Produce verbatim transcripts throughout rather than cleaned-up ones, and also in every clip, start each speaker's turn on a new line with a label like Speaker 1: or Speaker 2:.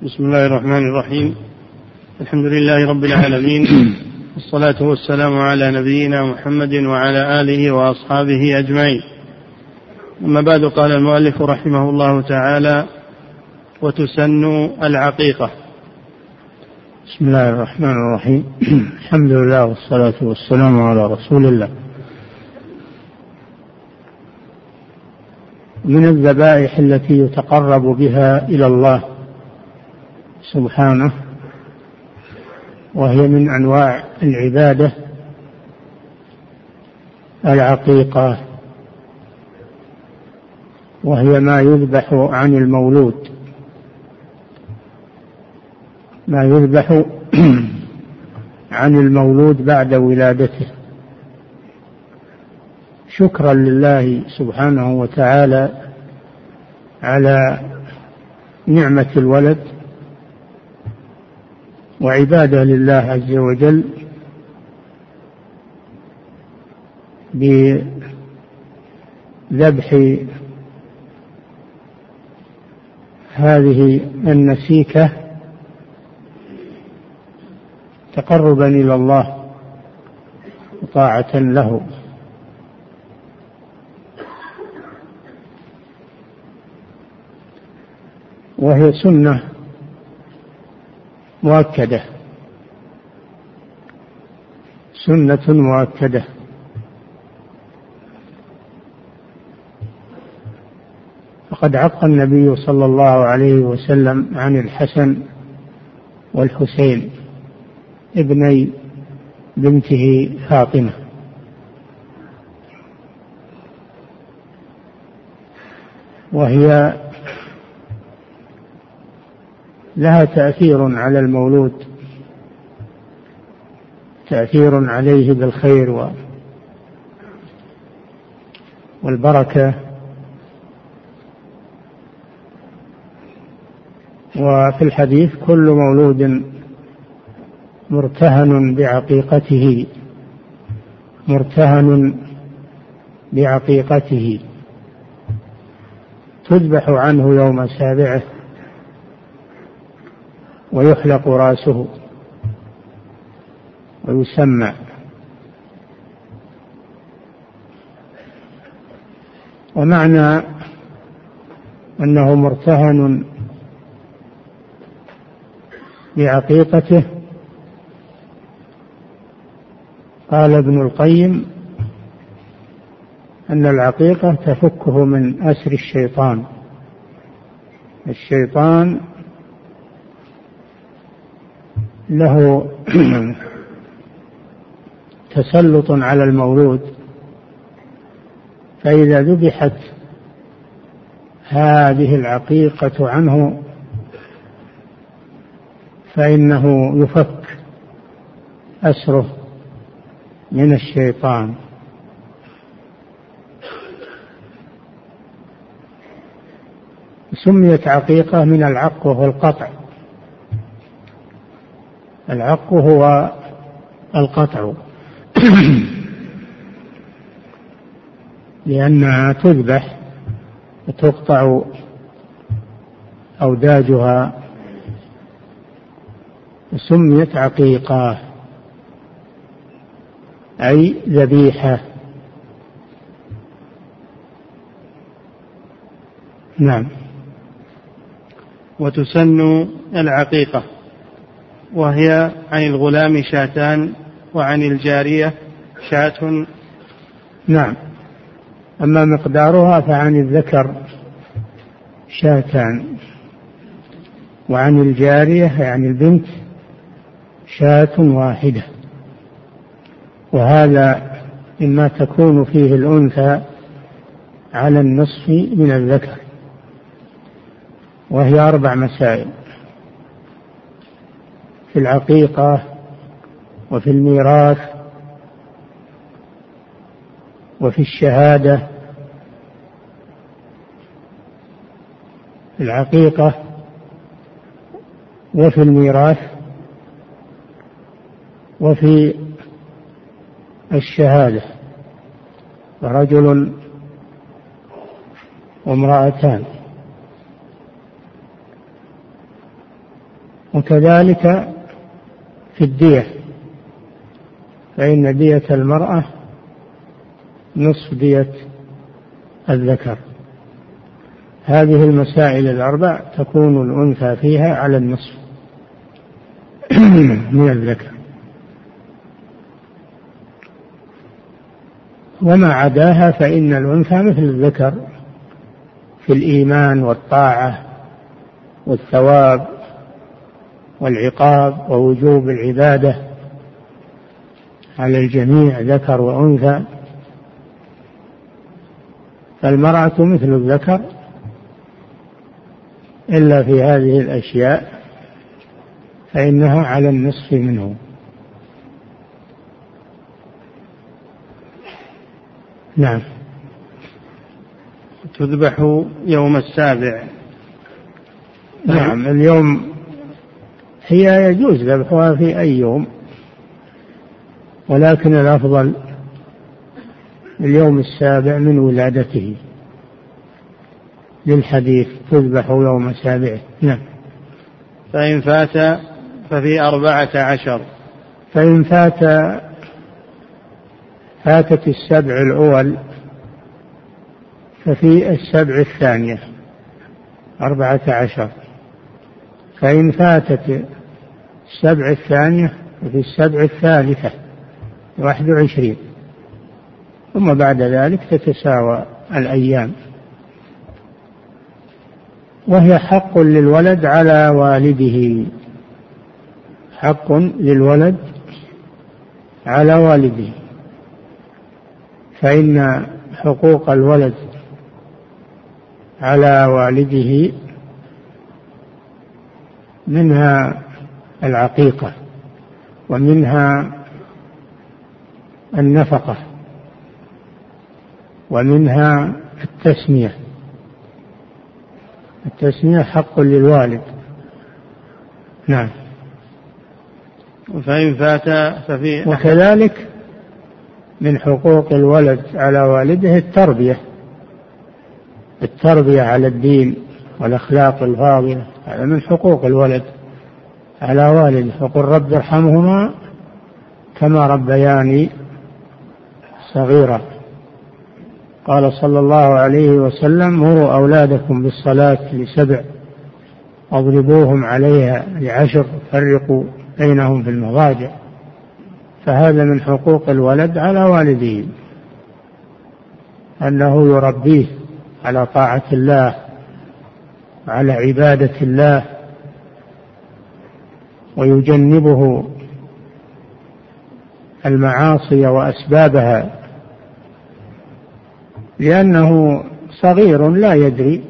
Speaker 1: بسم الله الرحمن الرحيم. الحمد لله رب العالمين، والصلاة والسلام على نبينا محمد وعلى آله وأصحابه أجمعين. أما بعد، قال المؤلف رحمه الله تعالى: وتسن العقيقة.
Speaker 2: بسم الله الرحمن الرحيم. الحمد لله والصلاة والسلام على رسول الله. من الذبائح التي يتقرب بها إلى الله سبحانه، وهي من أنواع العبادة، العقيقة، وهي ما يذبح عن المولود، ما يذبح عن المولود بعد ولادته، شكرا لله سبحانه وتعالى على نعمة الولد، وعبادة لله عز وجل بذبح هذه النسيكة تقربا إلى الله وطاعة له. وهي سنة مؤكدة، سنة مؤكدة، فقد عق النبي صلى الله عليه وسلم عن الحسن والحسين ابني بنته فاطمة، وهي لها تأثير على المولود، تأثير عليه بالخير والبركة. وفي الحديث: كل مولود مرتهن بعقيقته، مرتهن بعقيقته، تذبح عنه يوم سابعه ويحلق رأسه ويسمى. ومعنى أنه مرتهن بعقيقته، قال ابن القيم أن العقيقة تفكه من أسر الشيطان. الشيطان له تسلط على المولود، فإذا ذبحت هذه العقيقة عنه فإنه يفك أسره من الشيطان. سميت عقيقة من العق وهو القطع، العق هو القطع لأنها تذبح وتقطع أوداجها، سميت عقيقة أي ذبيحة. نعم.
Speaker 1: وتسن العقيقة، وهي عن الغلام شاتان وعن الجارية شاة.
Speaker 2: نعم. أما مقدارها فعن الذكر شاتان، وعن الجارية يعني البنت شاة واحدة، وهذا مما تكون فيه الأنثى على النصف من الذكر، وهي أربع مسائل: في العقيقة، وفي الميراث، وفي الشهادة. في العقيقة وفي الميراث وفي الشهادة، ورجل وامرأتان. وكذلك في الدية، فإن دية المرأة نصف دية الذكر. هذه المسائل الأربع تكون الأنثى فيها على النصف من الذكر، وما عداها فإن الأنثى مثل الذكر في الإيمان والطاعة والثواب والعقاب ووجوب العبادة على الجميع ذكر وأنثى. فالمرأة مثل الذكر إلا في هذه الأشياء فإنها على النصف منه. نعم.
Speaker 1: تذبح يوم السابع.
Speaker 2: نعم. اليوم هي يجوز ذبحها في أي يوم، ولكن الأفضل اليوم السابع من ولادته، للحديث تذبح يوم سابعه. نعم.
Speaker 1: فإن فات ففي أربعة عشر.
Speaker 2: فإن فات فاتت السبع الأول ففي السبع الثانية أربعة عشر. فإن فاتت السبع الثانية ففي السبع الثالثة واحد وعشرين، ثم بعد ذلك تتساوى الأيام. وهي حق للولد على والده، حق للولد على والده، فإن حقوق الولد على والده منها العقيقة، ومنها النفقة، ومنها التسمية. التسمية حق للوالد. نعم.
Speaker 1: فإن فات ففي
Speaker 2: وكذلك من حقوق الولد على والده التربية، التربية على الدين والأخلاق الفاضلة، هذا من حقوق الولد على والده. فقل رب ارحمهما كما ربياني صغيرا. قال صلى الله عليه وسلم مروا أولادكم بالصلاة لسبع واضربوهم عليها لعشر فرقوا بينهم في المضاجع. فهذا من حقوق الولد على والده، أنه يربيه على طاعة الله وعلى عبادة الله، ويجنبه المعاصي وأسبابها، لأنه صغير لا يدري،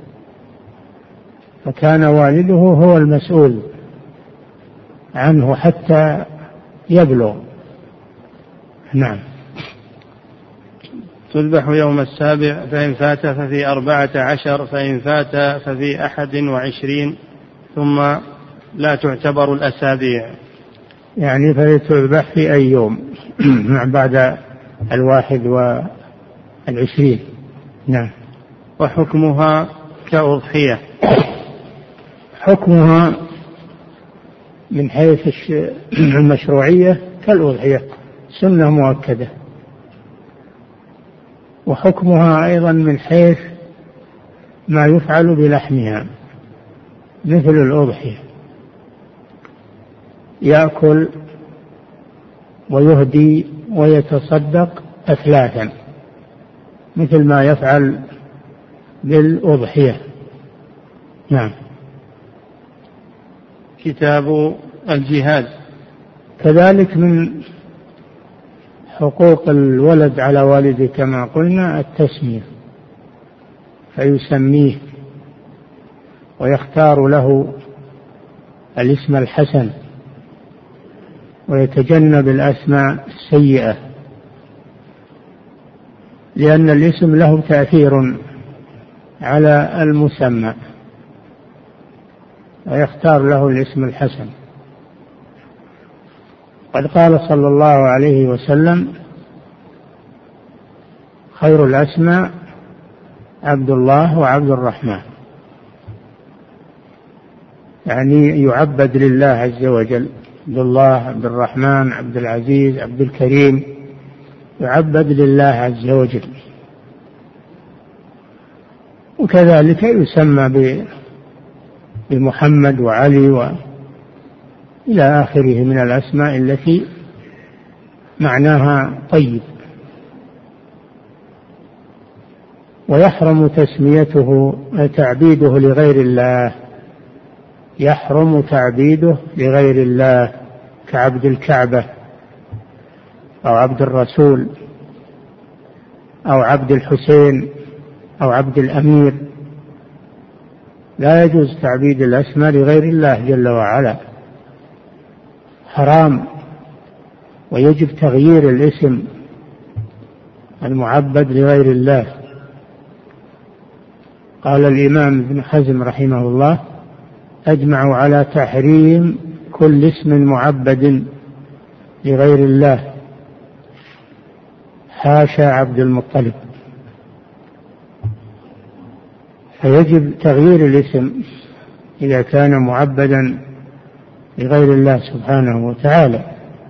Speaker 2: فكان والده هو المسؤول عنه حتى يبلغ. نعم.
Speaker 1: تذبح يوم السابع. فإن فات ففي أربعة عشر. فإن فات ففي أحد وعشرين، ثم لا تعتبر الأسابيع،
Speaker 2: يعني فتذبح في أي يوم بعد الواحد والعشرين. نعم.
Speaker 1: وحكمها كأضحية.
Speaker 2: حكمها من حيث المشروعية كالأضحية، سنة مؤكدة. وحكمها أيضا من حيث ما يفعل بلحمها مثل الأضحية، يأكل ويهدي ويتصدق أثلاثا مثل ما يفعل بالأضحية. نعم.
Speaker 1: كتاب الجهاد.
Speaker 2: كذلك من حقوق الولد على والده كما قلنا التسمية، فيسميه ويختار له الاسم الحسن، ويتجنب الأسماء السيئة، لأن الاسم له تأثير على المسمى، ويختار له الاسم الحسن. قد قال صلى الله عليه وسلم خير الأسماء عبد الله وعبد الرحمن. يعني يعبد لله عز وجل، عبد الله، عبد الرحمن، عبد العزيز، عبد الكريم، يعبد لله عز وجل. وكذلك يسمى بمحمد وعلي وإلى آخره من الأسماء التي معناها طيب. ويحرم تسميته تعبيده لغير الله، يحرم تعبيده لغير الله كعبد الكعبة أو عبد الرسول أو عبد الحسين أو عبد الأمير. لا يجوز تعبيد الأسماء لغير الله جل وعلا، حرام. ويجب تغيير الاسم المعبد لغير الله. قال الإمام ابن حزم رحمه الله: أجمعوا على تحريم كل اسم معبد لغير الله حاشا عبد المطلب. فيجب تغيير الاسم إذا كان معبدا لغير الله سبحانه وتعالى.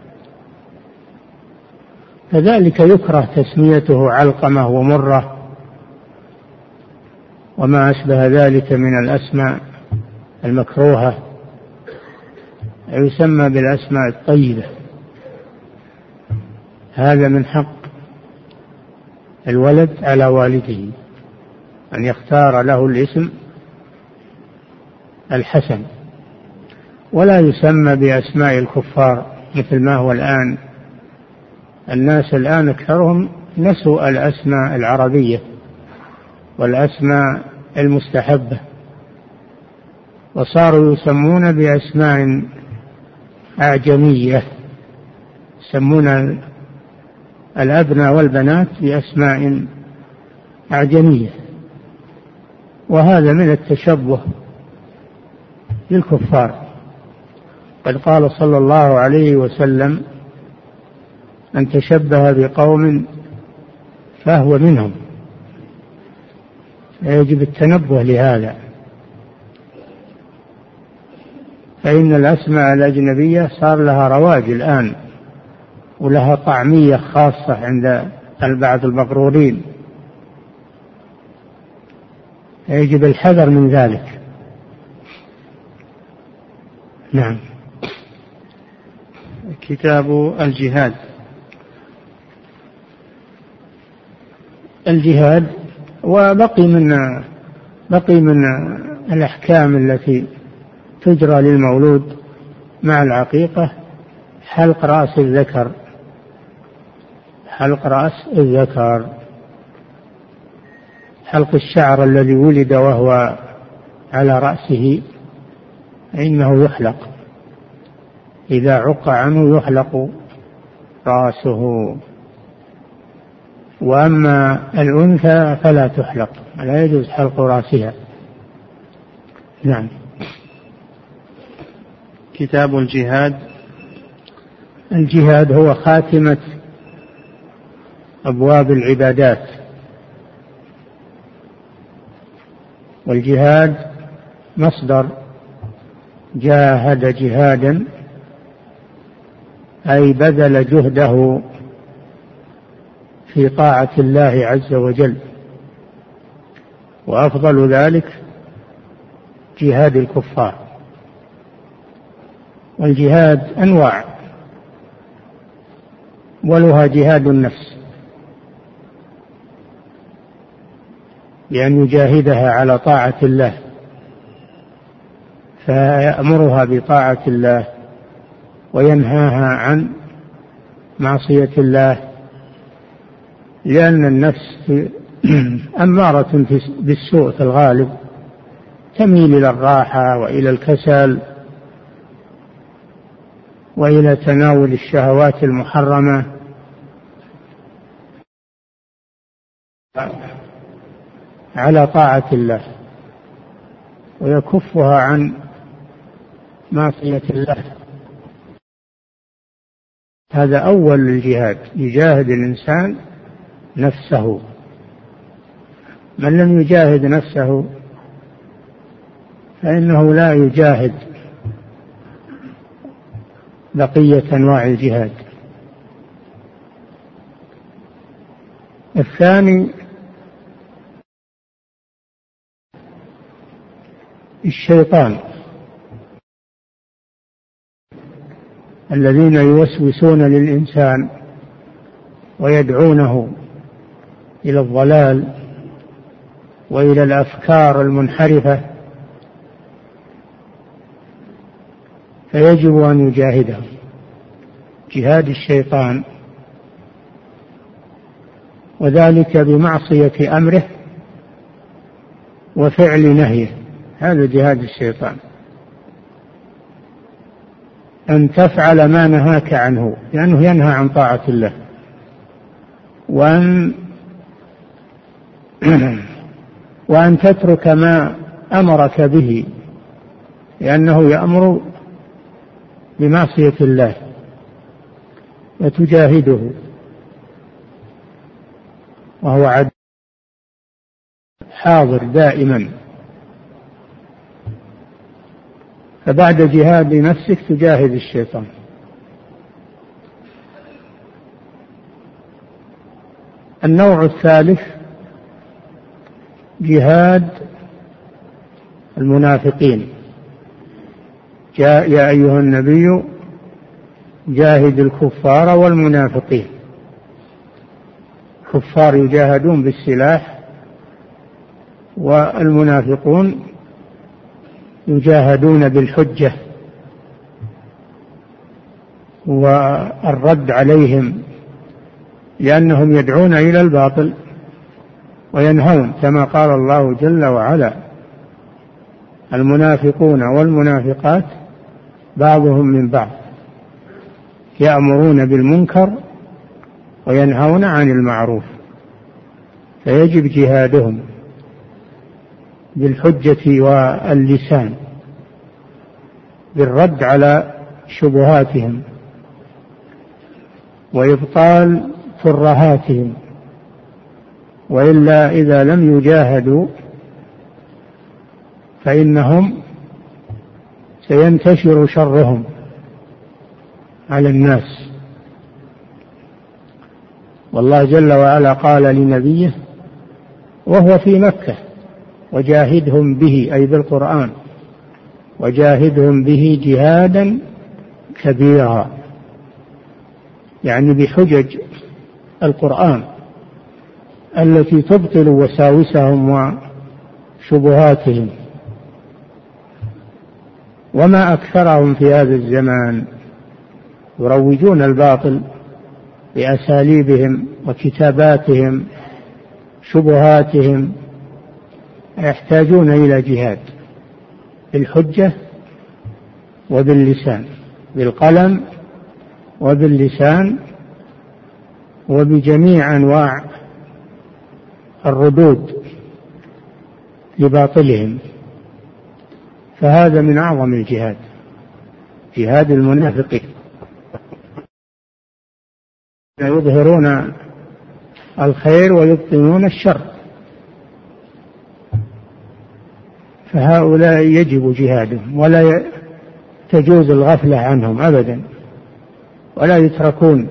Speaker 2: كذلك يكره تسميته علقمة ومرة وما أشبه ذلك من الأسماء المكروهة، يسمى بالأسماء الطيبة. هذا من حق الولد على والده أن يختار له الاسم الحسن، ولا يسمى بأسماء الكفار مثل ما هو الآن. الناس الآن أكثرهم نسوا الأسماء العربية والأسماء المستحبة، وصاروا يسمون بأسماء أعجمية، يسمون الأبناء والبنات بأسماء أعجمية، وهذا من التشبه بالكفار. قد قال صلى الله عليه وسلم: من تشبه بقوم فهو منهم. يجب التنبه لهذا، فإن الأسماء الأجنبية صار لها رواج الآن ولها طعمية خاصة عند بعض المغرورين، يجب الحذر من ذلك. نعم.
Speaker 1: كتاب الجهاد.
Speaker 2: الجهاد وبقي من بقي من الأحكام التي تجرى للمولود مع العقيقة حلق رأس الذكر، حلق رأس الذكر، حلق الشعر الذي ولد وهو على رأسه إنه يحلق، إذا عق عنه يحلق رأسه. وأما الأنثى فلا تحلق، لا يجوز حلق رأسها. نعم.
Speaker 1: كتاب الجهاد.
Speaker 2: الجهاد هو خاتمة أبواب العبادات، والجهاد مصدر جاهد جهادا، أي بذل جهده في طاعة الله عز وجل. وأفضل ذلك جهاد الكفار. والجهاد أنواع، ولها جهاد النفس بأن يجاهدها على طاعة الله، فيأمرها بطاعة الله وينهاها عن معصية الله، لأن النفس أمارة بالسوء في الغالب، تميل إلى الراحة وإلى الكسل وإلى تناول الشهوات المحرمة. على طاعة الله ويكفها عن معصية الله. هذا أول الجهاد، يجاهد الإنسان نفسه. من لم يجاهد نفسه فإنه لا يجاهد بقية أنواع الجهاد. الثاني الشيطان، الذين يوسوسون للإنسان ويدعونه إلى الضلال وإلى الأفكار المنحرفة، فيجب أن يجاهدهم جهاد الشيطان، وذلك بمعصية أمره وفعل نهيه. هذا جهاد الشيطان، أن تفعل ما نهاك عنه لأنه ينهى عن طاعة الله، وأن وأن تترك ما أمرك به لأنه يأمر بمعصية الله، وتجاهده وهو عدو حاضر دائما. فبعد جهاد نفسك تجاهد الشيطان. النوع الثالث جهاد المنافقين. جاء يا أيها النبي جاهد الكفار والمنافقين. الكفار يجاهدون بالسلاح، والمنافقون يجاهدون بالحجة والرد عليهم، لأنهم يدعون إلى الباطل وينهون، كما قال الله جل وعلا: المنافقون والمنافقات بعضهم من بعض يأمرون بالمنكر وينهون عن المعروف. فيجب جهادهم بالحجة واللسان، بالرد على شبهاتهم وإبطال ترهاتهم، وإلا إذا لم يجاهدوا فإنهم سينتشر شرهم على الناس. والله جل وعلا قال لنبيه وهو في مكة: وجاهدهم به، أي بالقرآن، وجاهدهم به جهادا كبيرا، يعني بحجج القرآن التي تبطل وساوسهم وشبهاتهم. وما أكثرهم في هذا الزمان يروجون الباطل بأساليبهم وكتاباتهم شبهاتهم، يحتاجون إلى جهاد بالحجة وباللسان، بالقلم وباللسان وبجميع أنواع الردود لباطلهم. فهذا من أعظم الجهاد، جهاد المنافقين، يظهرون الخير ويبطنون الشر. فهؤلاء يجب جهادهم، ولا تجوز الغفلة عنهم أبدا، ولا يتركون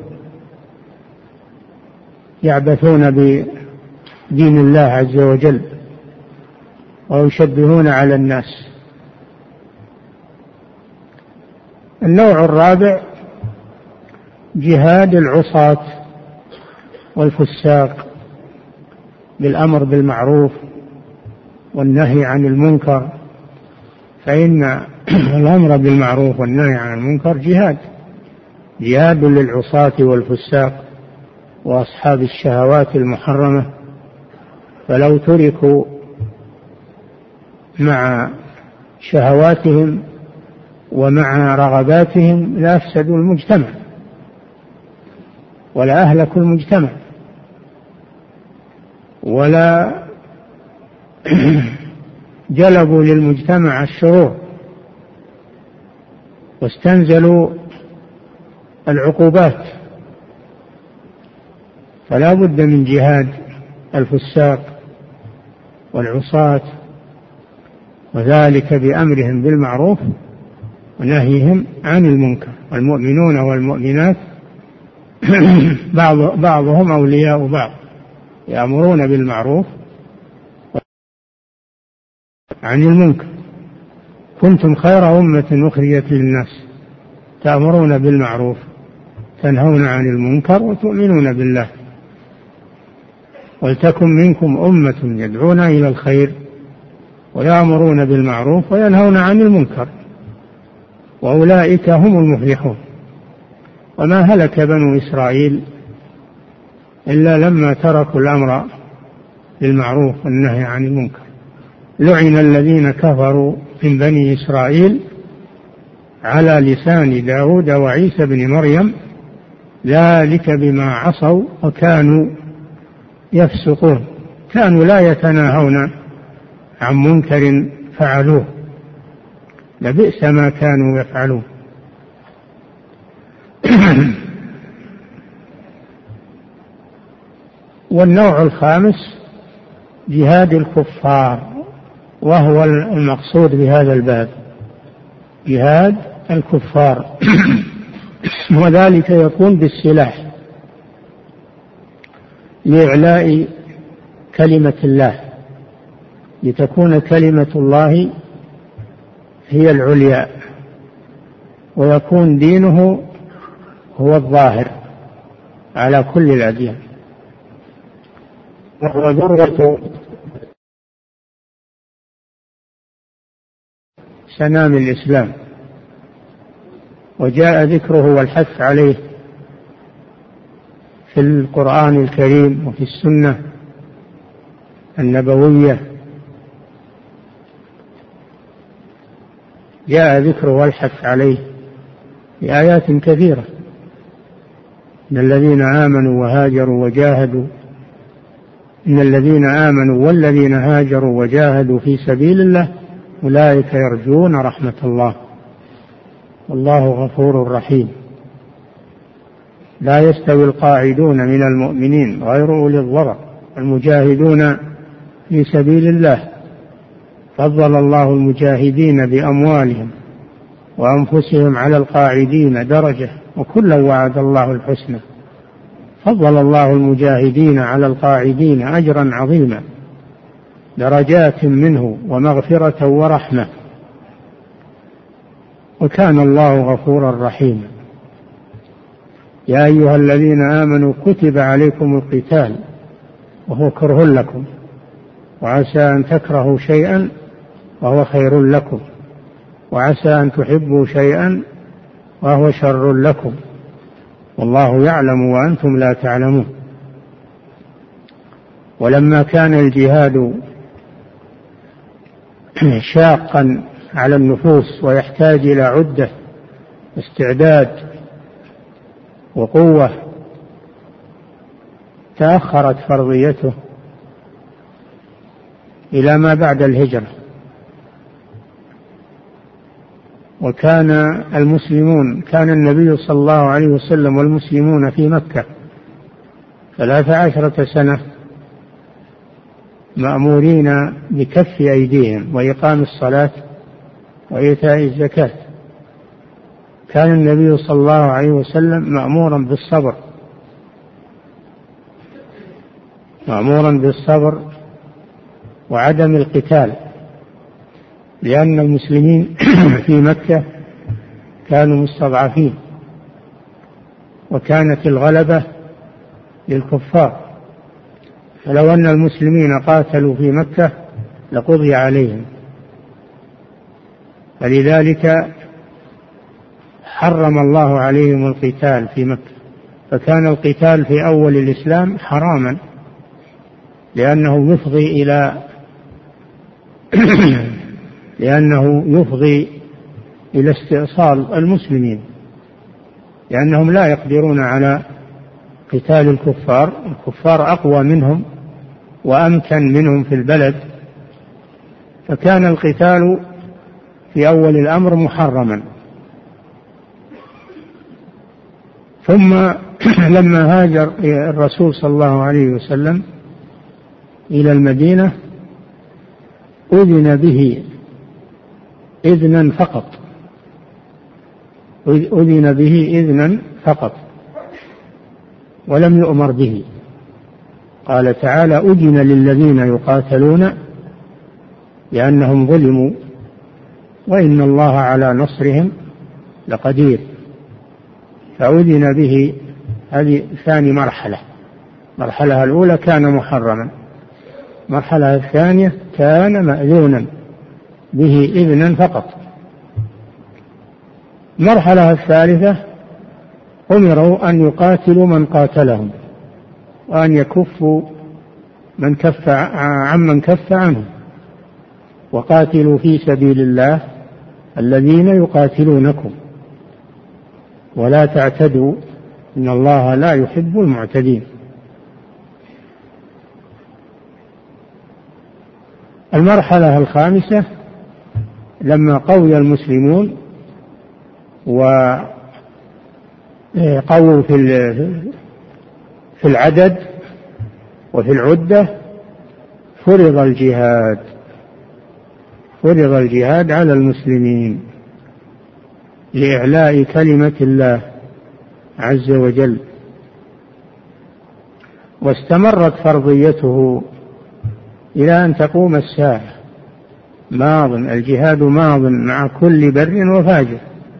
Speaker 2: يعبثون بدين الله عز وجل ويشبهون على الناس. النوع الرابع جهاد العصاة والفساق بالأمر بالمعروف والنهي عن المنكر، فإن الأمر بالمعروف والنهي عن المنكر جهاد، جهاد للعصاة والفساق وأصحاب الشهوات المحرمة. فلو تركوا مع شهواتهم ومع رغباتهم لأفسدوا المجتمع ولا أهلكوا المجتمع، ولا جلبوا للمجتمع الشرور واستنزلوا العقوبات. فلا بد من جهاد الفساق والعصاة وذلك بأمرهم بالمعروف ونهيهم عن المنكر. والمؤمنون والمؤمنات بعض بعضهم أولياء بعض يأمرون بالمعروف عن المنكر. كنتم خير أمة أخرجت للناس تأمرون بالمعروف تنهون عن المنكر وتؤمنون بالله. ولتكن منكم أمة يدعون إلى الخير ويأمرون بالمعروف وينهون عن المنكر وأولئك هم المفلحون. وما هلك بنو إسرائيل إلا لما تركوا الأمر بالمعروف والنهي عن المنكر. لعن الذين كفروا من بني إسرائيل على لسان داود وعيسى بن مريم ذلك بما عصوا وكانوا يفسقون. كانوا لا يتناهون عن منكر فعلوه لبئس ما كانوا يفعلون. والنوع الخامس جهاد الكفار، وهو المقصود بهذا الباب جهاد الكفار وذلك يكون بالسلاح لإعلاء كلمة الله، لتكون كلمة الله هي العليا ويكون دينه هو الظاهر على كل الأديان، وهو ذروة سنام الإسلام. وجاء ذكره والحث عليه في القرآن الكريم وفي السنة النبوية، جاء ذكره والحث عليه بآيات كثيرة. إن الذين آمنوا وهاجروا وجاهدوا إن الذين آمنوا والذين هاجروا وجاهدوا في سبيل الله أولئك يرجون رحمة الله والله غفور رحيم. لا يستوي القاعدون من المؤمنين غير أولي الضرر المجاهدون في سبيل الله فضل الله المجاهدين بأموالهم وأنفسهم على القاعدين درجة وكلا وعد الله الحسنى. فضل الله المجاهدين على القاعدين أجرا عظيما درجات منه ومغفرة ورحمة وكان الله غفورا رحيما. يا أيها الذين آمنوا كتب عليكم القتال وهو كره لكم وعسى أن تكرهوا شيئا وهو خير لكم وعسى أن تحبوا شيئا وهو شر لكم والله يعلم وأنتم لا تعلمون. ولما كان الجهاد شاقا على النفوس ويحتاج إلى عدة استعداد وقوة تأخرت فرضيته إلى ما بعد الهجرة. وكان المسلمون كان النبي صلى الله عليه وسلم والمسلمون في مكة ثلاث عشرة سنة مأمورين بكف أيديهم وإقام الصلاة وإيتاء الزكاة. كان النبي صلى الله عليه وسلم مأمورا بالصبر مأمورا بالصبر وعدم القتال لأن المسلمين في مكة كانوا مستضعفين وكانت الغلبة للكفار، فلو أن المسلمين قاتلوا في مكة لقضي عليهم. فلذلك حرم الله عليهم القتال في مكة، فكان القتال في أول الإسلام حراما لأنه يفضي إلى لأنه يفضي إلى استئصال المسلمين لأنهم لا يقدرون على قتال الكفار. الكفار أقوى منهم وأمكن منهم في البلد، فكان القتال في أول الأمر محرما. ثم لما هاجر الرسول صلى الله عليه وسلم إلى المدينة أذن به إذنا فقط، أذن به إذنا فقط ولم يؤمر به. قال تعالى: أذن للذين يقاتلون لأنهم ظلموا وإن الله على نصرهم لقدير. فأذن به، هذه ثاني مرحلة. المرحلة الأولى كان محرما، المرحلة الثانية كان مأذونا به إذنا فقط. المرحلة الثالثة أمروا أن يقاتلوا من قاتلهم وأن يكفوا من كف عمن كف عنه، وقاتلوا في سبيل الله الذين يقاتلونكم ولا تعتدوا إن الله لا يحب المعتدين. المرحلة الخامسة لما قوي المسلمون وقووا في في العدد وفي العدة، فرض الجهاد فرض الجهاد على المسلمين لإعلاء كلمة الله عز وجل، واستمرت فرضيته إلى أن تقوم الساعة. ماض الجهاد ماض مع كل بر وفاجر،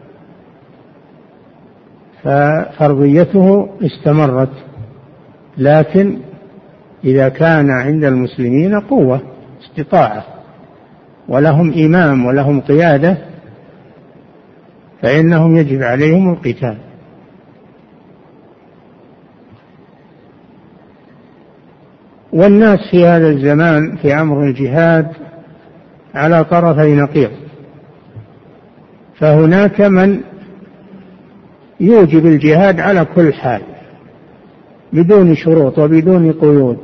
Speaker 2: ففرضيته استمرت، لكن إذا كان عند المسلمين قوة استطاعة ولهم إمام ولهم قيادة فإنهم يجب عليهم القتال. والناس في هذا الزمان في أمر الجهاد على طرفي نقيض، فهناك من يوجب الجهاد على كل حال بدون شروط وبدون قيود،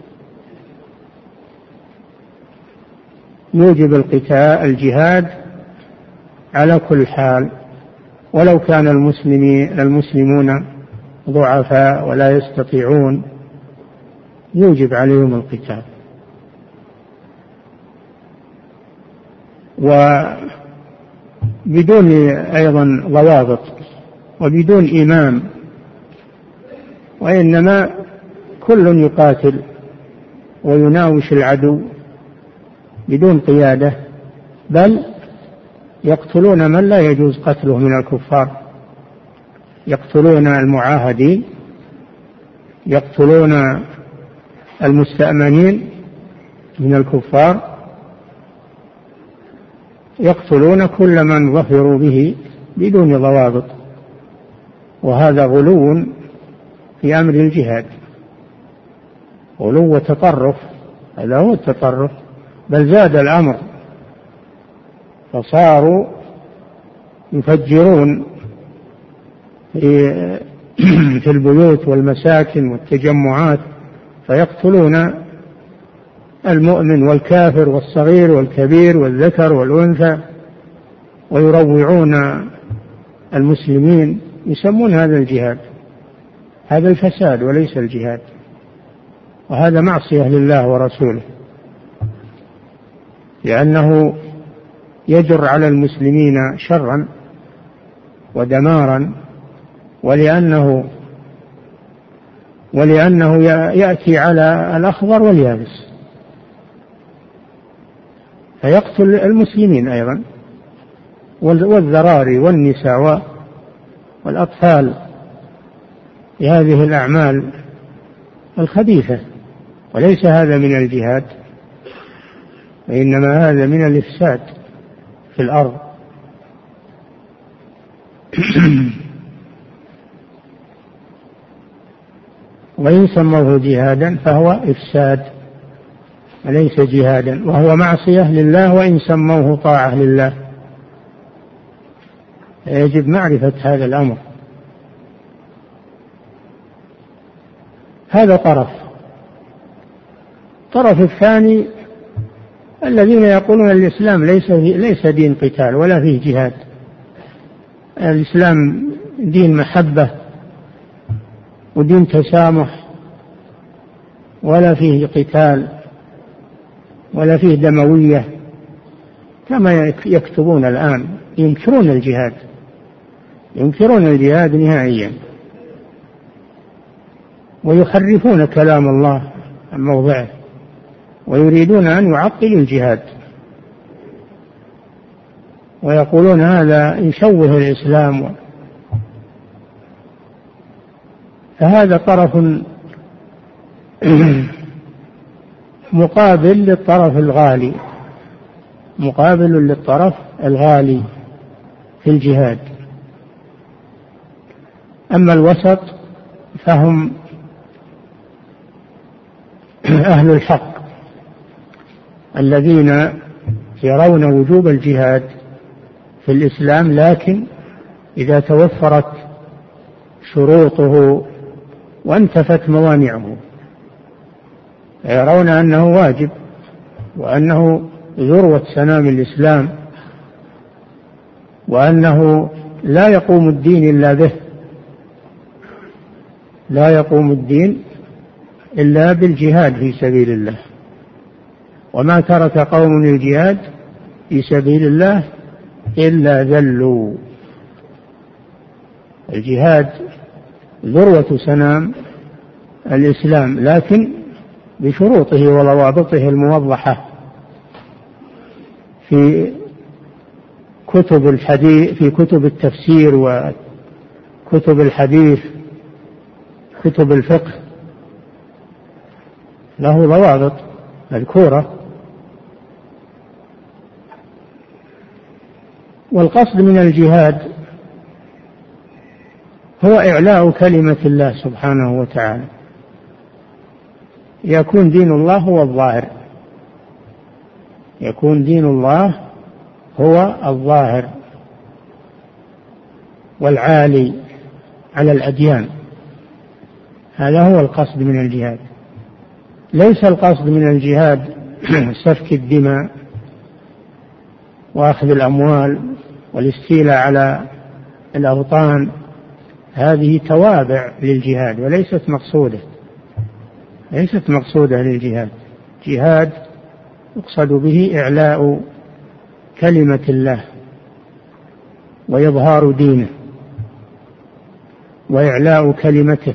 Speaker 2: يوجب القتال الجهاد على كل حال ولو كان المسلمين المسلمون ضعفاء ولا يستطيعون، يوجب عليهم القتال. وبدون أيضا ضوابط وبدون إمام، وإنما كل يقاتل ويناوش العدو بدون قيادة، بل يقتلون من لا يجوز قتله من الكفار، يقتلون المعاهدين، يقتلون المستأمنين من الكفار، يقتلون كل من ظفروا به بدون ضوابط. وهذا غلو في أمر الجهاد، غلو وتطرف، هذا هو التطرف، بل زاد الأمر، فصاروا يفجرون في البيوت والمساكن والتجمعات، فيقتلون المؤمن والكافر والصغير والكبير والذكر والأنثى، ويروعون المسلمين، يسمون هذا الجهاد. هذا الفساد وليس الجهاد، وهذا معصية لله ورسوله، لأنه يجر على المسلمين شرا ودمارا، ولأنه ولأنه يأتي على الأخضر واليابس، فيقتل المسلمين أيضا والذراري والنساء والأطفال في هذه الأعمال الخبيثة. وليس هذا من الجهاد، وإنما هذا من الإفساد في الأرض. وإن سموه جهادا فهو إفساد وليس جهادا، وهو معصية لله، وإن سموه طاعة لله. يجب معرفة هذا الأمر. هذا طرف. الطرف الثاني الذين يقولون الإسلام ليس ليس دين قتال ولا فيه جهاد، الإسلام دين محبة ودين تسامح، ولا فيه قتال ولا فيه دموية كما يكتبون الآن، ينكرون الجهاد، ينكرون الجهاد نهائيا، ويحرفون كلام الله عن موضعه، ويريدون أن يعطلوا الجهاد، ويقولون هذا يشوه الإسلام. فهذا طرف مقابل للطرف الغالي، مقابل للطرف الغالي في الجهاد. أما الوسط فهم أهل الحق الذين يرون وجوب الجهاد في الإسلام، لكن إذا توفرت شروطه وانتفت موانعه، يرون أنه واجب وأنه ذروة سنام الإسلام، وأنه لا يقوم الدين إلا به، لا يقوم الدين إلا بالجهاد في سبيل الله. وما ترك قوم الجهاد في سبيل الله إلا ذلوا. الجهاد ذروة سنام الإسلام، لكن بشروطه وضوابطه الموضحة في كتب الحديث، في كتب التفسير وكتب الحديث، كتب الفقه، له ضوابط مذكورة. والقصد من الجهاد هو إعلاء كلمة الله سبحانه وتعالى، يكون دين الله هو الظاهر، يكون دين الله هو الظاهر والعالي على الأديان. هذا هو القصد من الجهاد. ليس القصد من الجهاد سفك الدماء وأخذ الأموال والاستيلاء على الأوطان، هذه توابع للجهاد وليست مقصودة، ليست مقصودة للجهاد. جهاد يقصد به إعلاء كلمة الله وإظهار دينه وإعلاء كلمته،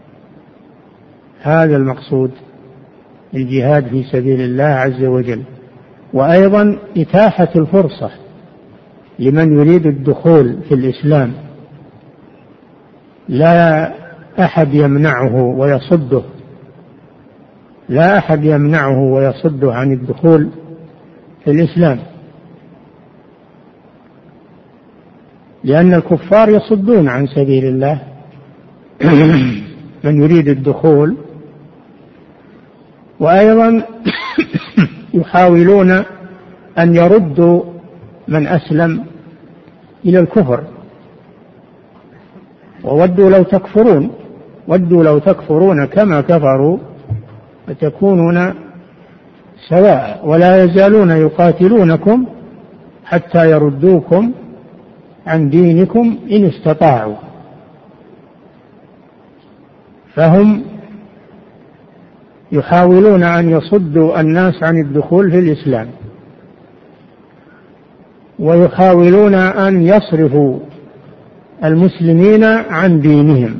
Speaker 2: هذا المقصود الجهاد في سبيل الله عز وجل. وأيضا إتاحة الفرصة لمن يريد الدخول في الإسلام، لا أحد يمنعه ويصده، لا أحد يمنعه ويصده عن الدخول في الإسلام، لأن الكفار يصدون عن سبيل الله من يريد الدخول، وأيضا يحاولون أن يردوا من أسلم إلى الكفر، وودوا لو تكفرون، ودوا لو تكفرون كما كفروا فتكونون سواء، ولا يزالون يقاتلونكم حتى يردوكم عن دينكم إن استطاعوا. فهم يحاولون أن يصدوا الناس عن الدخول في الإسلام، ويحاولون أن يصرفوا المسلمين عن دينهم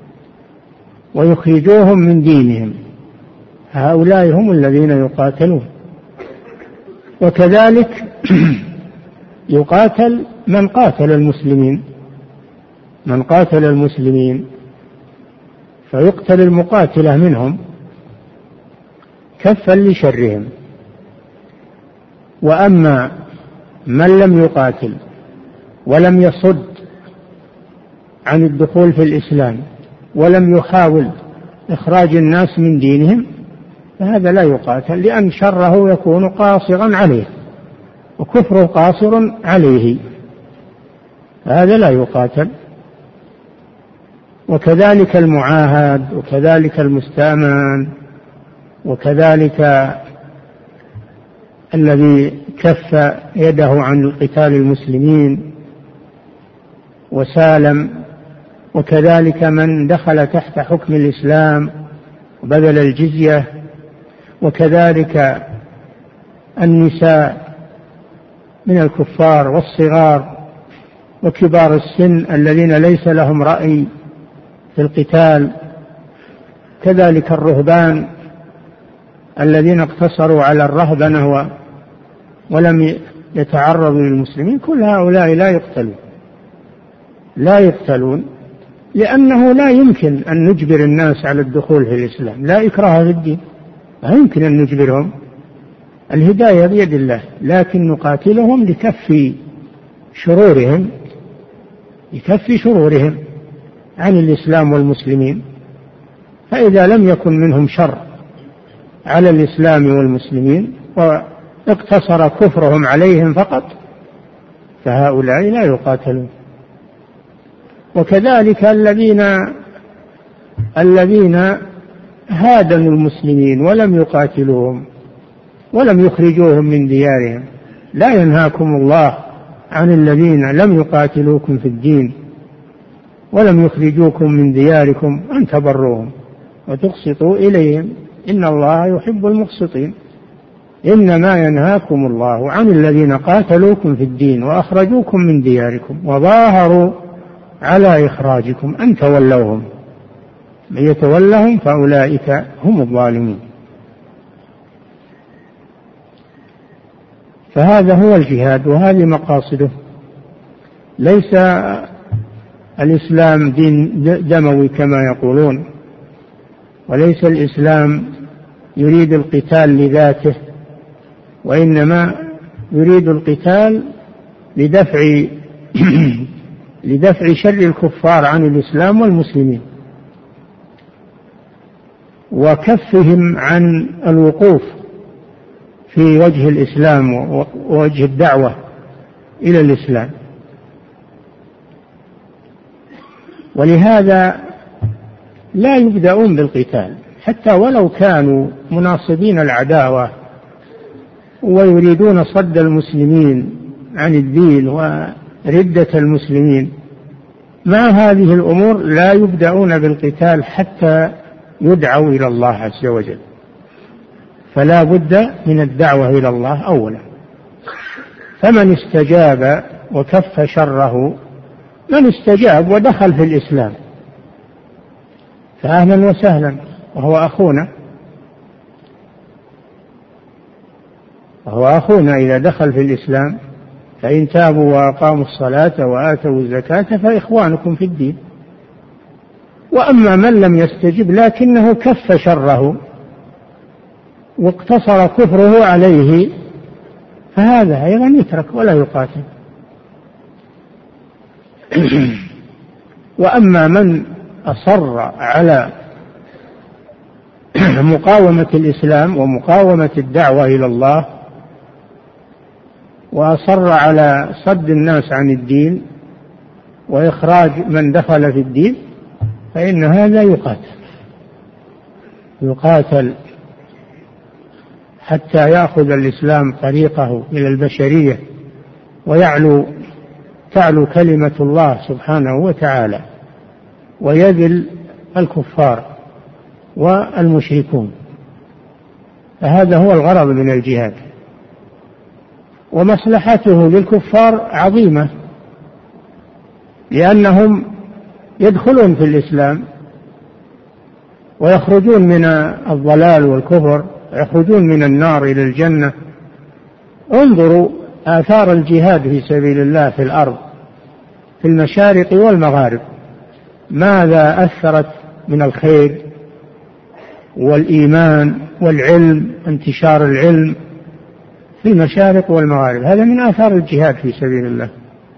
Speaker 2: ويخرجوهم من دينهم. هؤلاء هم الذين يقاتلون. وكذلك يقاتل من قاتل المسلمين، من قاتل المسلمين فيقتل المقاتلة منهم كفا لشرهم. وأما من لم يقاتل ولم يصد عن الدخول في الإسلام ولم يحاول إخراج الناس من دينهم فهذا لا يقاتل، لأن شره يكون قاصرا عليه وكفره قاصر عليه، هذا لا يقاتل. وكذلك المعاهد، وكذلك المستأمن، وكذلك الذي كف يده عن قتال المسلمين وسالم، وكذلك من دخل تحت حكم الإسلام وبذل الجزية، وكذلك النساء من الكفار والصغار وكبار السن الذين ليس لهم رأي في القتال، كذلك الرهبان الذين اقتصروا على الرهبنة ولم يتعرضوا للمسلمين، كل هؤلاء لا يقتلون لا يقتلون لأنه لا يمكن أن نجبر الناس على الدخول في الإسلام، لا إكراه في الدين، لا يمكن أن نجبرهم، الهداية بيد الله، لكن نقاتلهم لكف شرورهم لكف شرورهم عن الإسلام والمسلمين. فإذا لم يكن منهم شر على الإسلام والمسلمين واقتصر كفرهم عليهم فقط فهؤلاء لا يقاتلون. وكذلك الذين الذين هادنوا المسلمين ولم يقاتلوهم ولم يخرجوهم من ديارهم، لا ينهاكم الله عن الذين لم يقاتلوكم في الدين ولم يخرجوكم من دياركم أن تبروهم وتقسطوا إليهم إن الله يحب المقسطين. إنما ينهاكم الله عن الذين قاتلوكم في الدين وأخرجوكم من دياركم وظاهروا على إخراجكم أن تولوهم، من يتولهم فأولئك هم الظالمون. فهذا هو الجهاد وهذه مقاصده. ليس الإسلام دين دموي كما يقولون، وليس الإسلام يريد القتال لذاته، وإنما يريد القتال لدفع لدفع شر الكفار عن الإسلام والمسلمين وكفهم عن الوقوف في وجه الإسلام ووجه الدعوة إلى الإسلام. ولهذا لا يبدأون بالقتال حتى ولو كانوا مناصبين العداوة ويريدون صد المسلمين عن الدين وردة المسلمين. مع هذه الأمور لا يبدأون بالقتال حتى يدعوا إلى الله عز وجل، فلا بد من الدعوة إلى الله أولا. فمن استجاب وكف شره، من استجاب ودخل في الإسلام فأهلا وسهلا، وهو أخونا وهو أخونا إذا دخل في الإسلام، فإن تابوا وأقاموا الصلاة وآتوا الزكاة فإخوانكم في الدين. وأما من لم يستجب لكنه كف شره واقتصر كفره عليه فهذا أيضا يترك ولا يقاتل. وأما من أصر على مقاومة الإسلام ومقاومة الدعوة إلى الله وأصر على صد الناس عن الدين وإخراج من دخل في الدين فإن هذا يقاتل يقاتل حتى يأخذ الإسلام طريقه إلى البشرية ويعلو تعلو كلمة الله سبحانه وتعالى ويذل الكفار والمشركون. فهذا هو الغرض من الجهاد، ومصلحته للكفار عظيمة لأنهم يدخلون في الإسلام ويخرجون من الضلال والكفر، يخرجون من النار إلى الجنة. انظروا آثار الجهاد في سبيل الله في الأرض في المشارق والمغارب، ماذا أثرت من الخير والإيمان والعلم، انتشار العلم في المشارق والمغارب، هذا من آثار الجهاد في سبيل الله.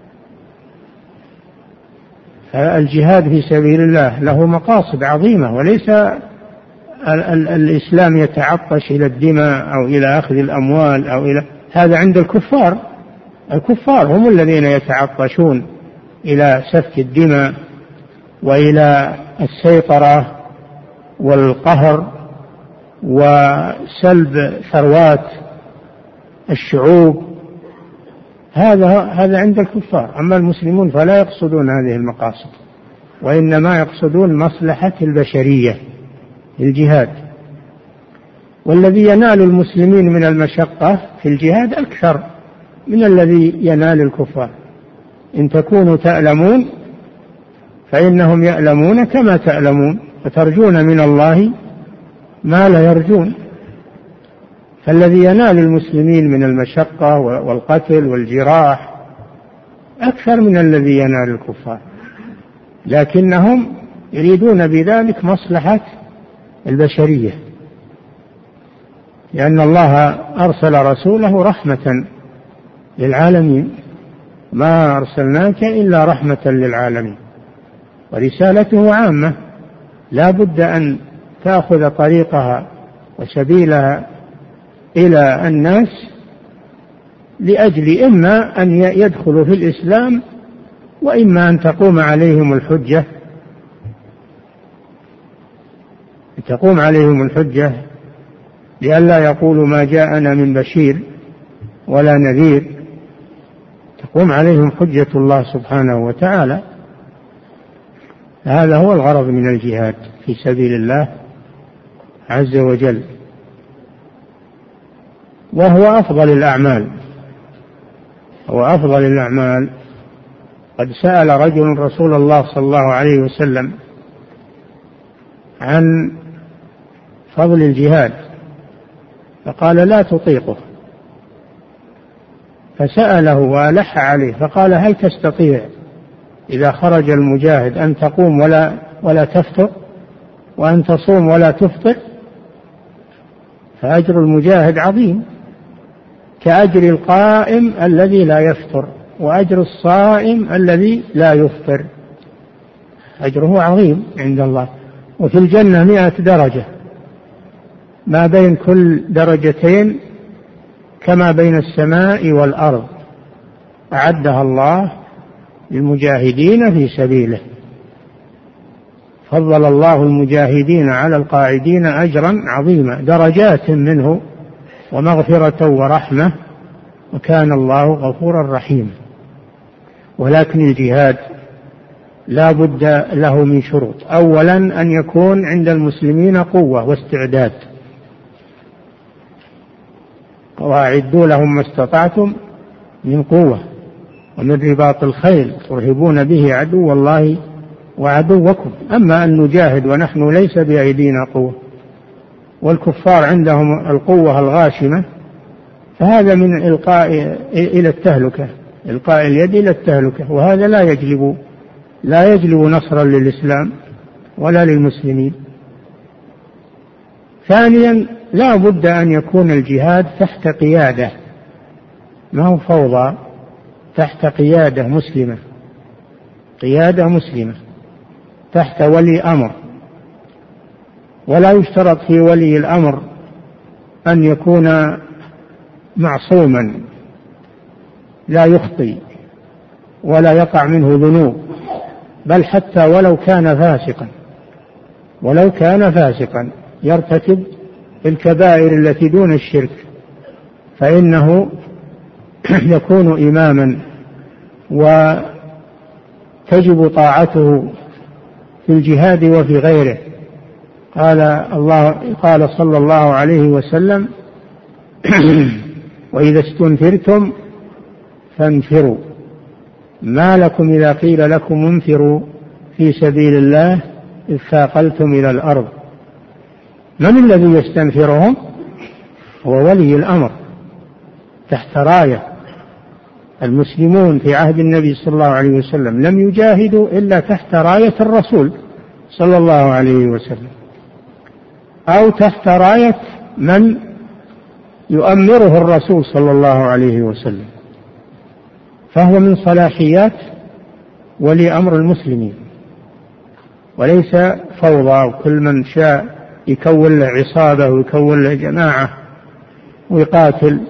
Speaker 2: الجهاد في سبيل الله له مقاصد عظيمة، وليس الإسلام يتعطش إلى الدماء أو إلى أخذ الأموال أو إلى هذا عند الكفار. الكفار هم الذين يتعطشون إلى سفك الدماء وإلى السيطرة والقهر وسلب ثروات الشعوب، هذا هذا عند الكفار. أما المسلمون فلا يقصدون هذه المقاصد، وإنما يقصدون مصلحة البشرية، الجهاد. والذي ينال المسلمين من المشقة في الجهاد أكثر من الذي ينال الكفار. إن تكونوا تألمون فإنهم يألمون كما تألمون وترجون من الله ما لا يرجون. فالذي ينال المسلمين من المشقة والقتل والجراح أكثر من الذي ينال الكفار، لكنهم يريدون بذلك مصلحة البشرية، لأن الله أرسل رسوله رحمة للعالمين، ما أرسلناك إلا رحمة للعالمين، ورسالته عامة لا بد أن تأخذ طريقها وسبيلها إلى الناس لأجل إما أن يدخلوا في الإسلام وإما أن تقوم عليهم الحجة تقوم عليهم الحجة لئلا يقولوا ما جاءنا من بشير ولا نذير، تقوم عليهم حجة الله سبحانه وتعالى. هذا هو الغرض من الجهاد في سبيل الله عز وجل، وهو أفضل الأعمال هو أفضل الأعمال. قد سأل رجل رسول الله صلى الله عليه وسلم عن فضل الجهاد فقال لا تطيقه، فسأله وألح عليه فقال هل تستطيع إذا خرج المجاهد أن تقوم ولا ولا تفطر وأن تصوم ولا تفطر؟ فأجر المجاهد عظيم كأجر القائم الذي لا يفطر وأجر الصائم الذي لا يفطر، أجره عظيم عند الله. وفي الجنة مئة درجة، ما بين كل درجتين كما بين السماء والأرض، أعدها الله للمجاهدين في سبيله. فضل الله المجاهدين على القاعدين أجرا عظيما، درجات منه ومغفرة ورحمة، وكان الله غفورا رحيما. ولكن الجهاد لا بد له من شروط. أولا أن يكون عند المسلمين قوة واستعداد، وأعدوا لهم ما استطعتم من قوة ومن رباط الخيل ترهبون به عدو الله وعدوكم. أما أن نجاهد ونحن ليس بأيدينا قوة والكفار عندهم القوة الغاشمة فهذا من إلقاء إلى التهلكة، إلقاء اليد إلى التهلكة، وهذا لا يجلب لا يجلب نصرا للإسلام ولا للمسلمين. ثانيا لا بد أن يكون الجهاد تحت قيادة، ما هو فوضى، تحت قيادة مسلمة، قيادة مسلمة تحت ولي أمر. ولا يشترط في ولي الأمر أن يكون معصوما لا يخطئ ولا يقع منه ذنوب، بل حتى ولو كان فاسقا ولو كان فاسقا يرتكب الكبائر التي دون الشرك فإنه يكون إماما وتجب طاعته في الجهاد وفي غيره. قال الله قال صلى الله عليه وسلم وإذا استنفرتم فانفروا، ما لكم إذا قيل لكم انفروا في سبيل الله إذ ثاقلتم إلى الأرض. من الذي يستنفرهم؟ هو ولي الأمر تحت راية. المسلمون في عهد النبي صلى الله عليه وسلم لم يجاهدوا إلا تحت راية الرسول صلى الله عليه وسلم أو تحت راية من يؤمره الرسول صلى الله عليه وسلم، فهو من صلاحيات ولي أمر المسلمين، وليس فوضى وكل من شاء يكون له عصابة ويكون له جماعة ويقاتل.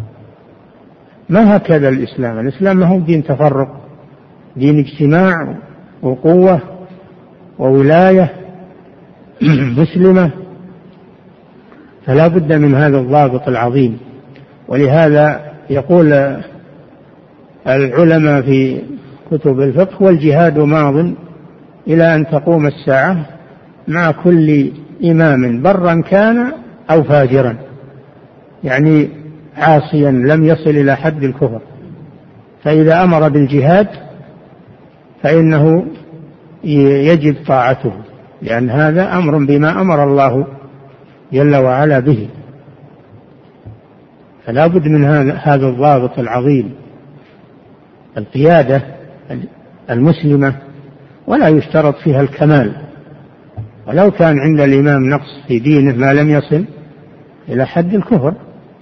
Speaker 2: ما هكذا الإسلام. الإسلام ما هو دين تفرق، دين اجتماع وقوة وولاية مسلمة، فلا بد من هذا الضابط العظيم. ولهذا يقول العلماء في كتب الفقه والجهاد ماض إلى أن تقوم الساعة مع كل إمام برا كان أو فاجرا، يعني عاصيا لم يصل إلى حد الكفر فإذا أمر بالجهاد فإنه يجب طاعته، لأن هذا أمر بما أمر الله جل وعلا به. فلا بد من هذا الضابط العظيم، القيادة المسلمة، ولا يشترط فيها الكمال، ولو كان عند الإمام نقص في دينه ما لم يصل إلى حد الكفر.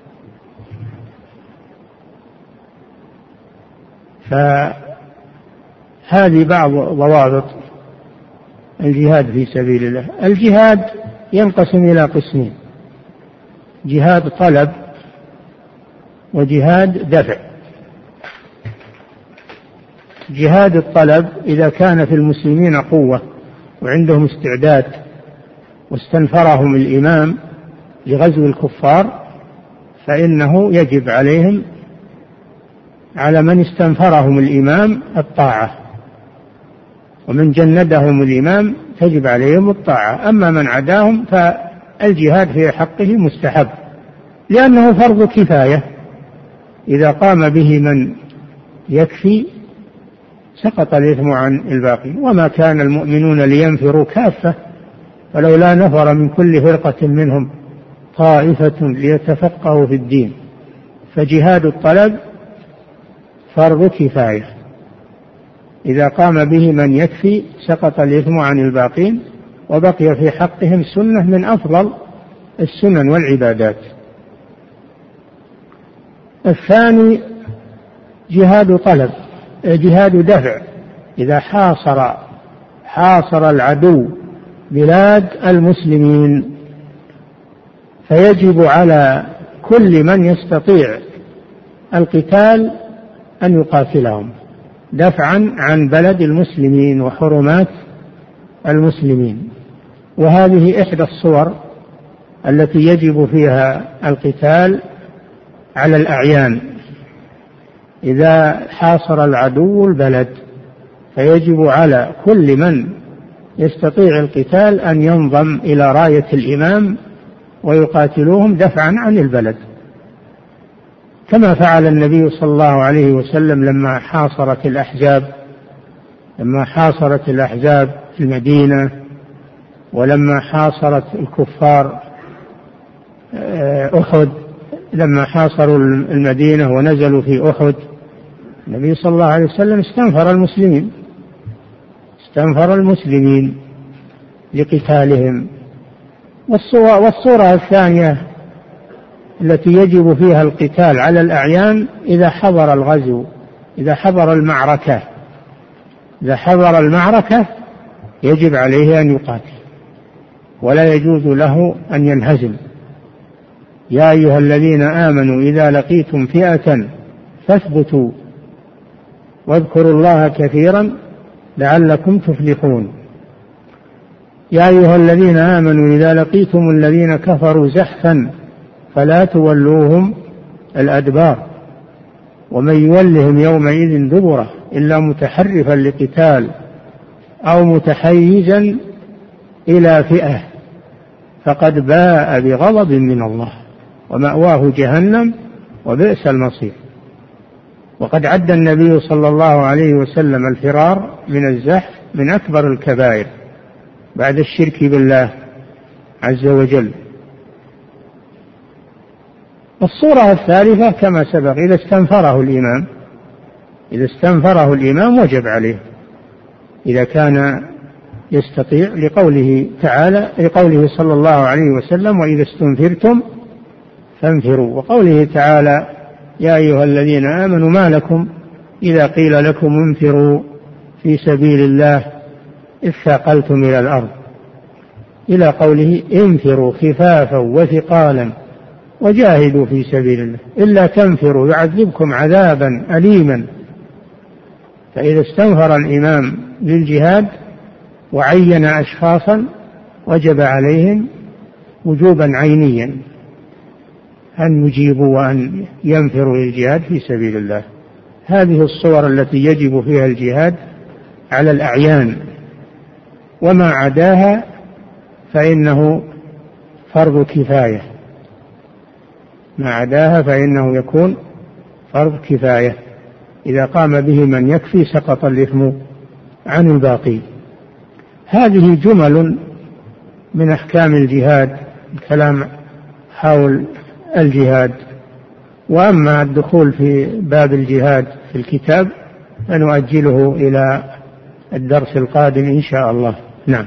Speaker 2: فهذه بعض ضوابط الجهاد في سبيل الله. الجهاد ينقسم إلى قسمين: جهاد طلب وجهاد دفع. جهاد الطلب إذا كان في المسلمين قوة وعندهم استعداد واستنفرهم الإمام لغزو الكفار، فإنه يجب عليهم على من استنفرهم الإمام الطاعة، ومن جندهم الإمام تجب عليهم الطاعة. أما من عداهم فالجهاد في حقه مستحب، لأنه فرض كفاية، إذا قام به من يكفي سقط الإثم عن الباقي. وما كان المؤمنون لينفروا كافة، فلولا نفر من كل فرقة منهم طائفة ليتفقهوا في الدين. فجهاد الطلب فرض كفاية، إذا قام به من يكفي سقط الإثم عن الباقين، وبقي في حقهم سنة من أفضل السنن والعبادات. الثاني جهاد طلب جهاد دفع، إذا حاصر حاصر العدو بلاد المسلمين، فيجب على كل من يستطيع القتال أن يقاتلهم دفعا عن بلد المسلمين وحرمات المسلمين. وهذه إحدى الصور التي يجب فيها القتال على الأعيان. إذا حاصر العدو البلد فيجب على كل من يستطيع القتال أن ينضم إلى راية الإمام ويقاتلوهم دفعا عن البلد، كما فعل النبي صلى الله عليه وسلم لما حاصرت الأحزاب لما حاصرت الأحزاب في المدينة، ولما حاصرت الكفار أحد، لما حاصروا المدينة ونزلوا في أحد، النبي صلى الله عليه وسلم استنفر المسلمين استنفر المسلمين لقتالهم. والصورة الثانية التي يجب فيها القتال على الأعيان إذا حضر الغزو، إذا حضر المعركة إذا حضر المعركة يجب عليه أن يقاتل، ولا يجوز له أن ينهزم. يا أيها الذين آمنوا إذا لقيتم فئة فاثبتوا واذكروا الله كثيرا لعلكم تفلحون. يا أيها الذين آمنوا إذا لقيتم الذين كفروا زحفا فلا تولوهم الأدبار ومن يولهم يومئذ دبره إلا متحرفا لقتال أو متحيزا إلى فئة فقد باء بغضب من الله ومأواه جهنم وبئس المصير. وقد عد النبي صلى الله عليه وسلم الفرار من الزحف من أكبر الكبائر بعد الشرك بالله عز وجل. الصورة الثالثة كما سبق، إذا استنفره الإمام إذا استنفره الإمام وجب عليه إذا كان يستطيع، لقوله تعالى لقوله صلى الله عليه وسلم وإذا استنفرتم فانفروا، وقوله تعالى يا أيها الذين آمنوا ما لكم إذا قيل لكم انفروا في سبيل الله إذ ثاقلتم إلى الأرض، إلى قوله انفروا خفافا وثقالا وجاهدوا في سبيل الله إلا تنفروا يعذبكم عذابا أليما. فإذا استنفر الإمام للجهاد وعين أشخاصا وجب عليهم وجوبا عينيا أن يجيبوا وأن ينفروا للجهاد في سبيل الله. هذه الصور التي يجب فيها الجهاد على الأعيان، وما عداها فإنه فرض كفاية ما عداها فإنه يكون فرض كفاية. إذا قام به من يكفي سقط الإثم عن الباقي. هذه جمل من أحكام الجهاد، الكلام حول الجهاد. وأما الدخول في باب الجهاد في الكتاب فنؤجله إلى الدرس القادم إن شاء الله. نعم.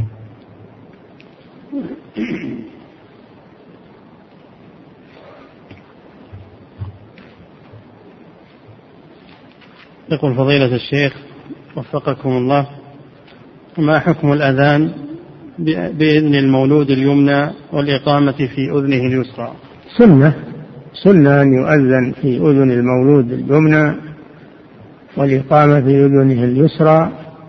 Speaker 1: يقول فضيلة الشيخ وفقكم الله: ما حكم الأذان بإذن المولود اليمنى والإقامة في أذنه اليسرى؟
Speaker 2: سنة سنة أن يؤذن في أذن المولود اليمنى والإقامة في أذنه اليسرى،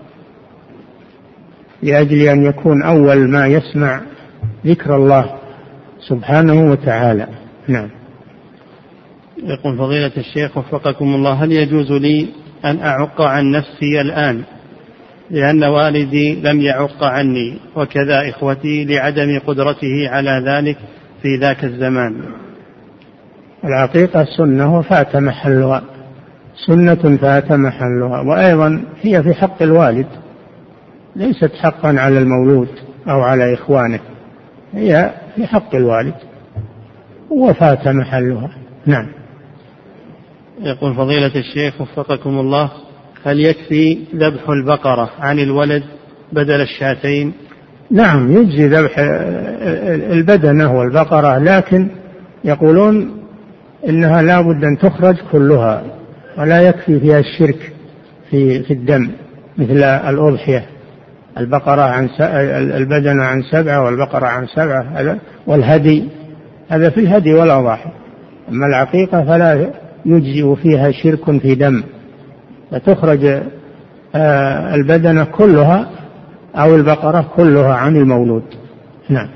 Speaker 2: لأجل أن يكون أول ما يسمع ذكر الله سبحانه وتعالى. نعم.
Speaker 1: يقول فضيلة الشيخ وفقكم الله: هل يجوز لي أن أعق عن نفسي الآن لأن والدي لم يعق عني وكذا إخوتي لعدم قدرته على ذلك في ذاك الزمان؟
Speaker 2: العقيقة سنة وفات محلها، سنة فات محلها، وأيضا هي في حق الوالد، ليست حقا على المولود أو على إخوانه، هي في حق الوالد وفات محلها. نعم.
Speaker 1: يقول فضيلة الشيخ وفقكم الله: هل يكفي ذبح البقرة عن الولد بدل الشاتين؟
Speaker 2: نعم، يجزي ذبح البدنة والبقرة، لكن يقولون إنها لا بد أن تخرج كلها، ولا يكفي فيها الشرك في في الدم مثل الأضحية، البقرة عن البدنة عن سبعة والبقرة عن سبعة، هذا والهدي هذا في الهدي والأضاحي. أما العقيقة فلا يجزئ فيها شرك في دم، فتخرج البدنة كلها أو البقرة كلها عن المولود. نعم.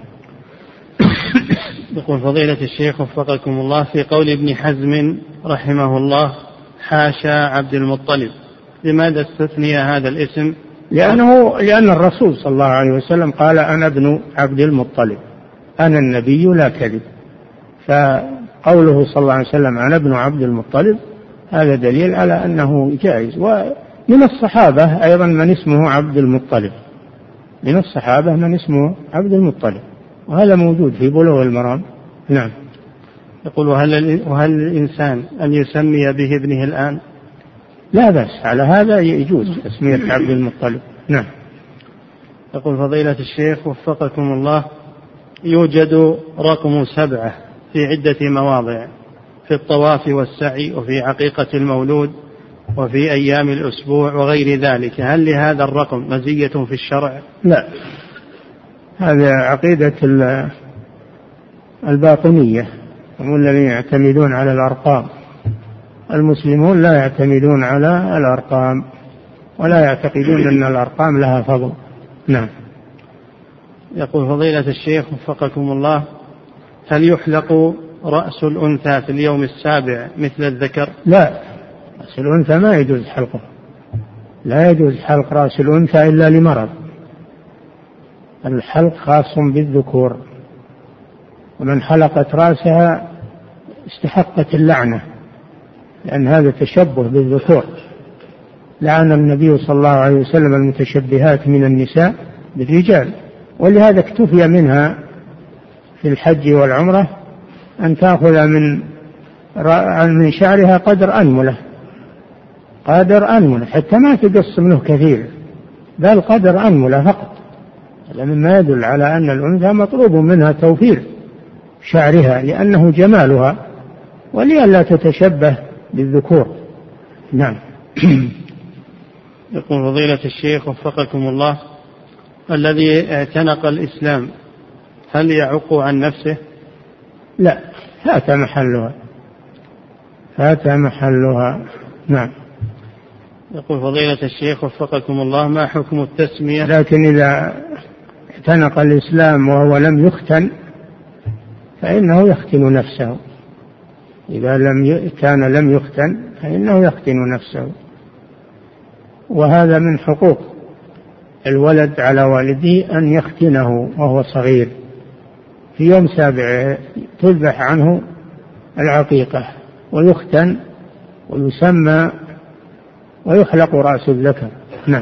Speaker 1: يقول فضيلة الشيخ وفقكم الله: في قول ابن حزم رحمه الله حاشا عبد المطلب، لماذا استثني هذا الاسم؟
Speaker 2: لأنه لأن الرسول صلى الله عليه وسلم قال: أنا ابن عبد المطلب، أنا النبي لا كذب. فقوله صلى الله عليه وسلم أنا ابن عبد المطلب هذا دليل على أنه جائز. ومن الصحابة أيضا من اسمه عبد المطلب، من الصحابة من اسمه عبد المطلب، وهذا موجود في بلوغ المرام. نعم.
Speaker 1: يقول: وهل, وهل الإنسان أن يسمي به ابنه الآن؟
Speaker 2: لا بأس، على هذا يجوز تسمية عبد المطلب. نعم.
Speaker 1: يقول فضيلة الشيخ وفقكم الله: يوجد رقم سبعة في عدة مواضع، في الطواف والسعي وفي عقيقة المولود وفي أيام الأسبوع وغير ذلك، هل لهذا الرقم مزية في الشرع؟
Speaker 2: لا، هذا عقيدة الباطنية، هم الذين يعتمدون على الأرقام. المسلمون لا يعتمدون على الأرقام ولا يعتقدون أن الأرقام لها فضل. نعم.
Speaker 1: يقول فضيلة الشيخ وفقكم الله: هل يحلق رأس الأنثى في اليوم السابع مثل الذكر؟
Speaker 2: لا، رأس الأنثى ما يجوز حلقه، لا يجوز حلق رأس الأنثى إلا لمرض. الحلق خاص بالذكور، ومن حلقت رأسها استحقت اللعنة، لأن هذا تشبه بالذكور. لعن النبي صلى الله عليه وسلم المتشبهات من النساء بالرجال، ولهذا اكتفي منها في الحج والعمرة أن تأخذ من من شعرها قدر أنملة، قدر أنملة، حتى ما تقص منه كثير، بل قدر أنملة فقط. هذا مما يدل على أن الأنثى مطلوب منها توفير شعرها لأنه جمالها، ولئلا تتشبه بالذكور. نعم.
Speaker 1: يقول فضيلة الشيخ وفقكم الله: الذي اعتنق الإسلام هل يعق عن نفسه؟
Speaker 2: لا، فات محلها، فات محلها. نعم.
Speaker 1: يقول فضيلة الشيخ وفقكم الله: ما حكم التسمية؟
Speaker 2: لكن إذا اعتنق الإسلام وهو لم يختن فإنه يختن نفسه، إذا لم كان لم يختن فإنه يختن نفسه، وهذا من حقوق الولد على والده أن يختنه وهو صغير. في يوم سابع تذبح عنه العقيقة ويختن ويسمى ويخلق رأس الذكر. نعم.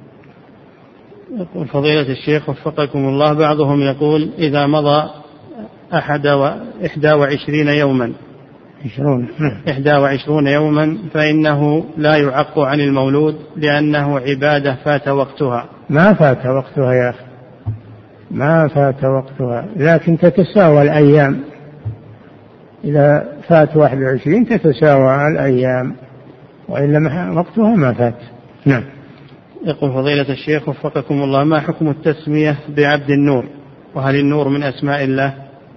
Speaker 1: يقول فضيلة الشيخ وفقكم الله، بعضهم يقول إذا مضى أحد وإحدى وعشرين يوما
Speaker 2: عشرون
Speaker 1: إحدى وعشرون يوما فإنه لا يعق عن المولود لأنه عبادة فات وقتها.
Speaker 2: ما فات وقتها يا أخي، ما فات وقتها، لكن تتساوى الأيام. إذا فات واحد وعشرين تتساوى الأيام، وإلا وقتها ما فات. نعم.
Speaker 1: يقول فضيلة الشيخ وفقكم الله، ما حكم التسمية بعبد النور، وهل النور من أسماء الله؟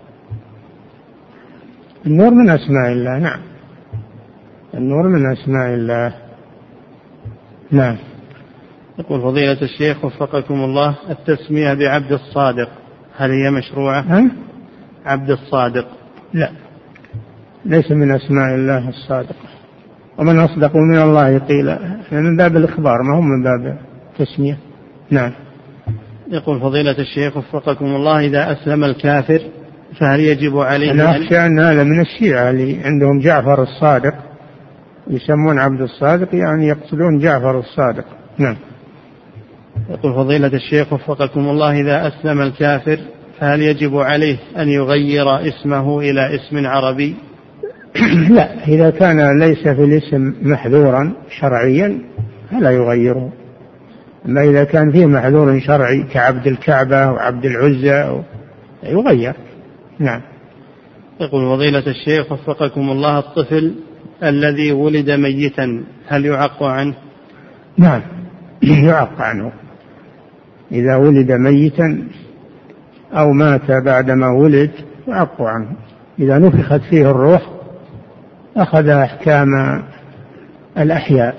Speaker 2: النور من أسماء الله. نعم، النور من أسماء الله. نعم.
Speaker 1: يقول فضيلة الشيخ وفقكم الله، التسمية بعبد الصادق هل هي مشروعة؟
Speaker 2: ها؟
Speaker 1: عبد الصادق
Speaker 2: لا، ليس من أسماء الله الصادق، ومن أصدق من الله قيلا، من باب الإخبار ما هم من باب التسمية. نعم.
Speaker 1: يقول فضيلة الشيخ وفقكم الله، إذا أسلم الكافر فهل يجب عليه؟
Speaker 2: أنا أخشى أن هذا من الشيعة اللي عندهم جعفر الصادق، يسمون عبد الصادق يعني يقتلون جعفر الصادق. نعم.
Speaker 1: يقول فضيلة الشيخ وفقكم الله، إذا أسلم الكافر فهل يجب عليه أن يغير اسمه إلى اسم عربي؟
Speaker 2: لا، إذا كان ليس في الاسم محذورا شرعيا فلا يغيره، أما إذا كان فيه محذور شرعي كعبد الكعبة وعبد العزة يغير. نعم.
Speaker 1: يقول فضيلة الشيخ وفقكم الله، الطفل الذي ولد ميتا هل يعق عنه؟
Speaker 2: نعم، يعق عنه. إذا ولد ميتا أو مات بعدما ولد يعق عنه. إذا نفخت فيه الروح أخذ أحكام الأحياء.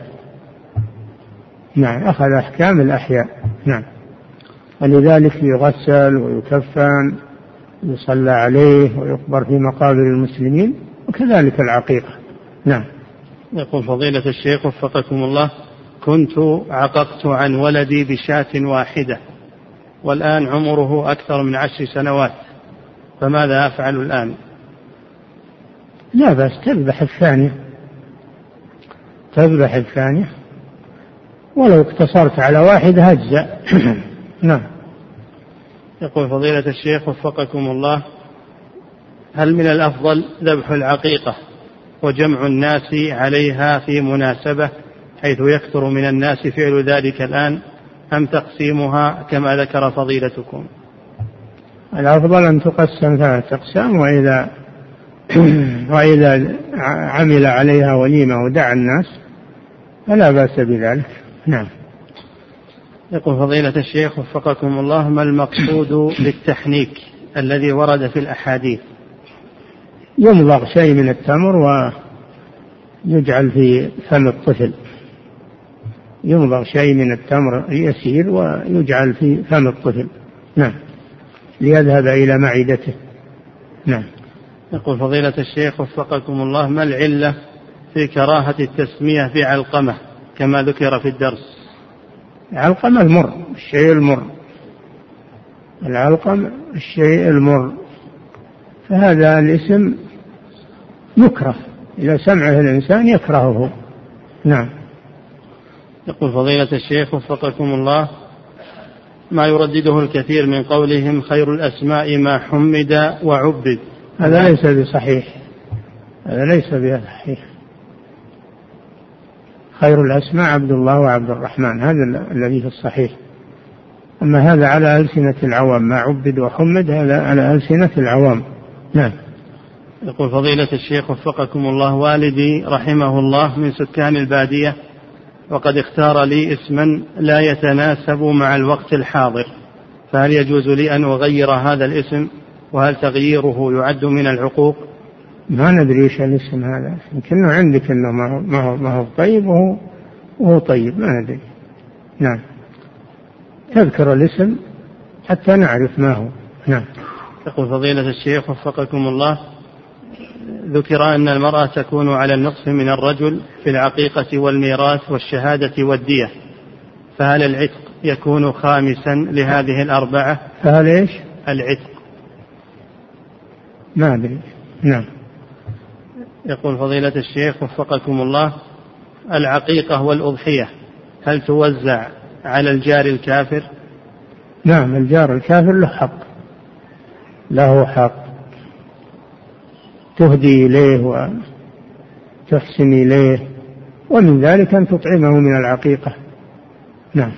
Speaker 2: نعم، أخذ أحكام الأحياء. نعم. ولذلك يغسل ويكفن ويصلى عليه ويقبر في مقابر المسلمين، وكذلك العقيقة. نعم.
Speaker 1: يقول فضيلة الشيخ وفقكم الله، كنت عققت عن ولدي بشاة واحدة والآن عمره أكثر من عشر سنوات، فماذا أفعل الآن؟
Speaker 2: لا بس تذبح الثانية، تذبح الثانية، ولو اقتصرت على واحدة هجزأ. نعم.
Speaker 1: يقول فضيلة الشيخ وفقكم الله، هل من الأفضل ذبح العقيقة وجمع الناس عليها في مناسبة حيث يكثر من الناس فعل ذلك الآن، أم تقسيمها كما ذكر فضيلتكم؟
Speaker 2: الأفضل أن تقسم ثلاثة أقسام، وإذا وإذا عمل عليها وليمة ودعا الناس فلا بأس بذلك. نعم.
Speaker 1: يقول فضيلة الشيخ وفقكم الله، ما المقصود بالتحنيك الذي ورد في الأحاديث؟
Speaker 2: يمضغ شيء من التمر ويجعل في فم الطفل، يمضغ شيء من التمر يسير ويجعل في فم الطفل. نعم، ليذهب إلى معدته. نعم.
Speaker 1: يقول فضيلة الشيخ وفقكم الله، ما العلة في كراهة التسمية بعلقمة كما ذكر في الدرس؟
Speaker 2: العلقمة المر، الشيء المر، العلقم الشيء المر، فهذا الاسم يكره، إذا سمعه الإنسان يكرهه. نعم.
Speaker 1: يقول فضيلة الشيخ وفقكم الله، ما يردده الكثير من قولهم خير الأسماء ما حمد وعبد،
Speaker 2: هذا ليس بصحيح، هذا ليس بصحيح. خير الأسماء عبد الله وعبد الرحمن، هذا الذي في الصحيح. أما هذا على ألسنة العوام، ما عبد وحمد هذا على ألسنة العوام. نعم.
Speaker 1: يقول فضيلة الشيخ وفقكم الله، والدي رحمه الله من سكان البادية، وقد اختار لي اسما لا يتناسب مع الوقت الحاضر، فهل يجوز لي أن أغير هذا الاسم؟ وهل تغييره يعد من العقوق؟
Speaker 2: ما ندري ايش الاسم هذا، يمكن عندك انه ما هو ما هو طيب وهو وهو طيب، ما ندري. نعم. تذكر الاسم حتى نعرف ما هو. نعم.
Speaker 1: يقول فضيلة الشيخ وفقكم الله، ذكر أن المرأة تكون على النصف من الرجل في العقيقة والميراث والشهادة والدية، فهل العتق يكون خامسا لهذه الأربعة؟
Speaker 2: فهل ايش؟
Speaker 1: العتق.
Speaker 2: ما أدري. نعم.
Speaker 1: يقول فضيلة الشيخ وفقكم الله، العقيقة والأضحية هل توزع على الجار الكافر؟
Speaker 2: نعم، الجار الكافر له حق، له حق تهدي إليه وتحسن إليه، ومن ذلك أن تطعمه من العقيقة. نعم.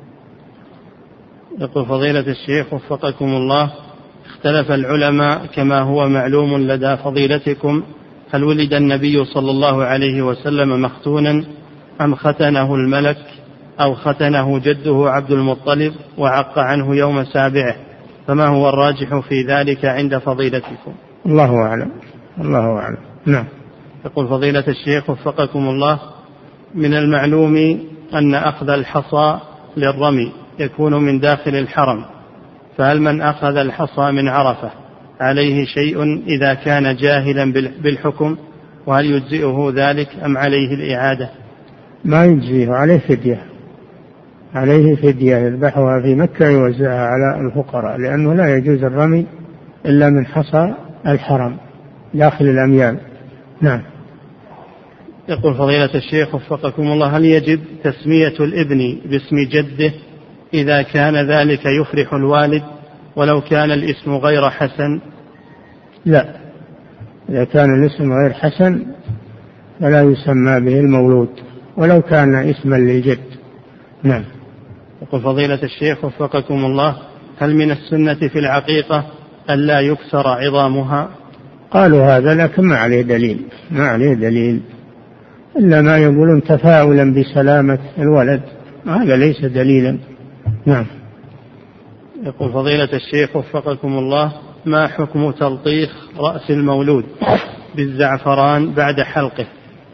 Speaker 1: يقول فضيلة الشيخ وفقكم الله، اختلف العلماء كما هو معلوم لدى فضيلتكم هل ولد النبي صلى الله عليه وسلم مختونا أم ختنه الملك أو ختنه جده عبد المطلب وعق عنه يوم سابعه، فما هو الراجح في ذلك عند فضيلتكم؟
Speaker 2: الله أعلم، الله أعلم. نعم.
Speaker 1: يقول فضيلة الشيخ وفقكم الله، من المعلوم أن أخذ الحصى للرمي يكون من داخل الحرم، فهل من أخذ الحصى من عرفة عليه شيء إذا كان جاهلا بالحكم، وهل يجزئه ذلك أم عليه الإعادة؟
Speaker 2: ما يجزيه، عليه فدية، عليه فدية يذبحها في مكة يوزعها على الفقراء، لأنه لا يجوز الرمي إلا من حصى الحرم داخل الأميال. نعم.
Speaker 1: يقول فضيلة الشيخ وفقكم الله، هل يجب تسمية الابن باسم جده إذا كان ذلك يفرح الوالد ولو كان الاسم غير حسن؟
Speaker 2: لا، إذا كان الاسم غير حسن فلا يسمى به المولود ولو كان اسما للجد. نعم.
Speaker 1: يقول فضيلة الشيخ وفقكم الله، هل من السنة في العقيقة ألا يكسر عظامها؟
Speaker 2: قالوا هذا لكن ما عليه دليل، ما عليه دليل إلا ما يقولون تفاؤلا بسلامة الولد، هذا ليس دليلا. نعم.
Speaker 1: يقول فضيلة الشيخ وفقكم الله، ما حكم تلطيخ رأس المولود بالزعفران بعد حلقه؟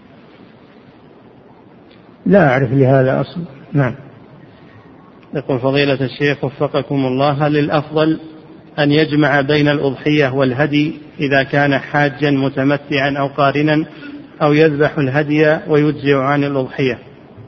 Speaker 2: لا أعرف لهذا أصل. نعم.
Speaker 1: يقول فضيلة الشيخ وفقكم الله، هل الأفضل أن يجمع بين الأضحية والهدي إذا كان حاجا متمتعا أو قارنا، أو يذبح الهدي ويجزئ عن الأضحية؟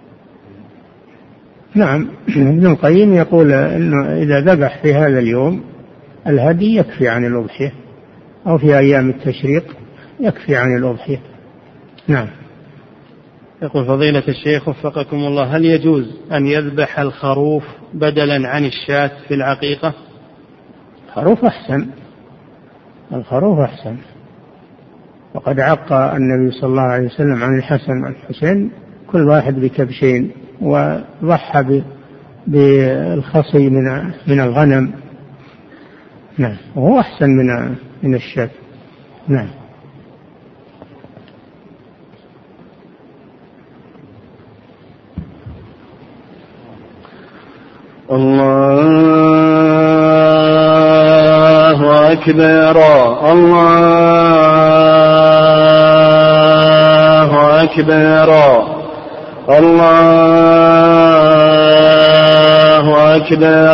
Speaker 2: نعم، ابن القيم يقول إنه إذا ذبح في هذا اليوم الهدي يكفي عن الأضحية، أو في أيام التشريق يكفي عن الأضحية. نعم.
Speaker 1: يقول فضيلة الشيخ وفقكم الله، هل يجوز أن يذبح الخروف بدلا عن الشاة في العقيقة؟
Speaker 2: الخروف أحسن، الخروف أحسن، وقد عق النبي صلى الله عليه وسلم عن الحسن والحسين كل واحد بكبشين، وضحى بالخصي من من الغنم. نعم، وهو أحسن من من الشاة. نعم.
Speaker 3: الله أكبر، الله أكبر، الله أكبر،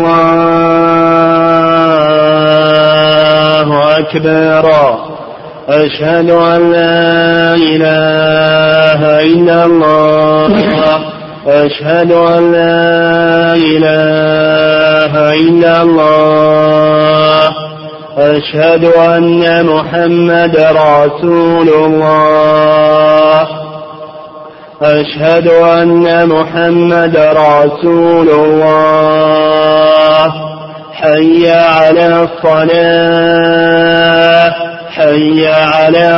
Speaker 3: الله أكبر. أشهد أن لا إله إلا الله، أشهد أن لا إله إلا الله، أشهد أن محمد رسول الله، أشهد أن محمد رسول الله. حي على الصلاة، حي على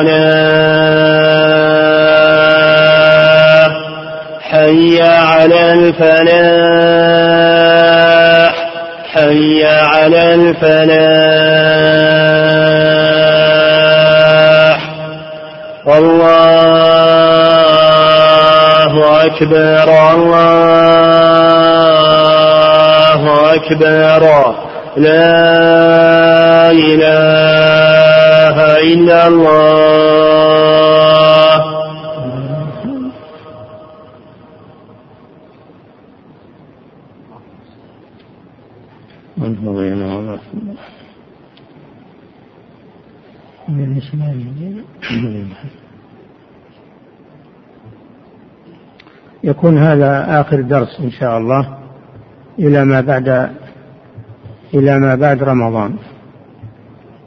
Speaker 3: الصلاة، حي على الفلاح، حي على الفلاح. الله أكبر، الله أكبر، لا إله إلا الله.
Speaker 2: يكون هذا آخر درس إن شاء الله إلى ما بعد إلى ما بعد رمضان.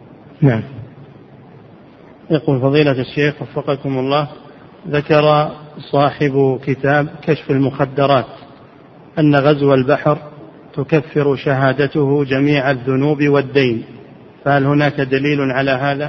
Speaker 1: نعم. يقول فضيلة الشيخ وفقكم الله، ذكر صاحب كتاب كشف المخدرات أن غزو البحر تكفر شهادته جميع الذنوب والدين، فهل هناك دليل على هذا؟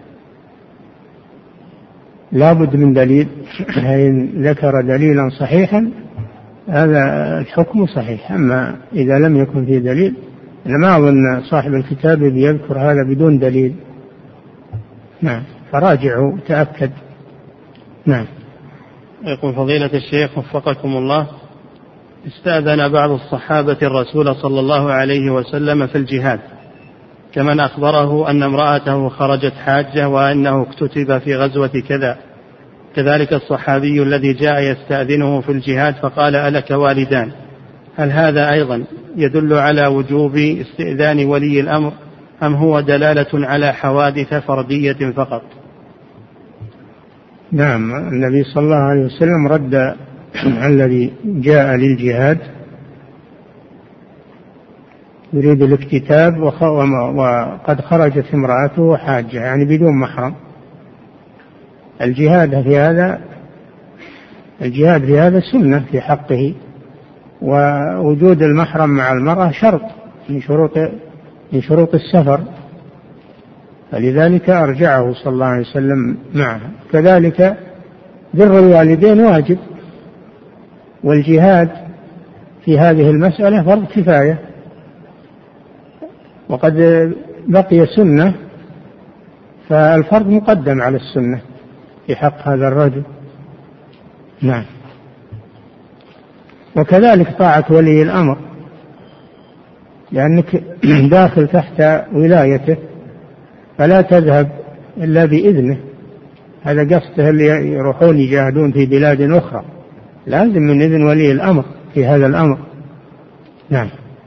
Speaker 2: لا بد من دليل. إن ذكر دليلا صحيحا هذا الحكم صحيح، أما إذا لم يكن فيه دليل أنا ما أظن صاحب الكتاب بيذكر هذا بدون دليل. نعم، فراجعوا تأكد. نعم.
Speaker 1: يقول فضيلة الشيخ وفقكم الله: استأذن بعض الصحابة الرسول صلى الله عليه وسلم في الجهاد، كمن أخبره أن امرأته خرجت حاجة وأنه اكتتب في غزوة كذا، كذلك الصحابي الذي جاء يستأذنه في الجهاد فقال: ألك والدان؟ هل هذا أيضا يدل على وجوب استئذان ولي الأمر، أم هو دلالة على حوادث فردية فقط؟
Speaker 2: نعم، النبي صلى الله عليه وسلم رد الذي جاء للجهاد يريد الاكتتاب وقد خرجت امرأته حاجة، يعني بدون محرم. الجهاد في هذا الجهاد في هذا سنة في حقه، ووجود المحرم مع المرأة شرط من شروط من شروط السفر، فلذلك أرجعه صلى الله عليه وسلم معها. كذلك بر الوالدين واجب، والجهاد في هذه المسألة فرض كفاية، وقد بقي سنة، فالفرض مقدم على السنة في حق هذا الرجل. نعم. وكذلك طاعة ولي الأمر، لأنك داخل تحت ولايته فلا تذهب إلا بإذنه، هذا قصده اللي يروحون يجاهدون في بلاد أخرى، لازم من إذن ولي الأمر في هذا الأمر. نعم.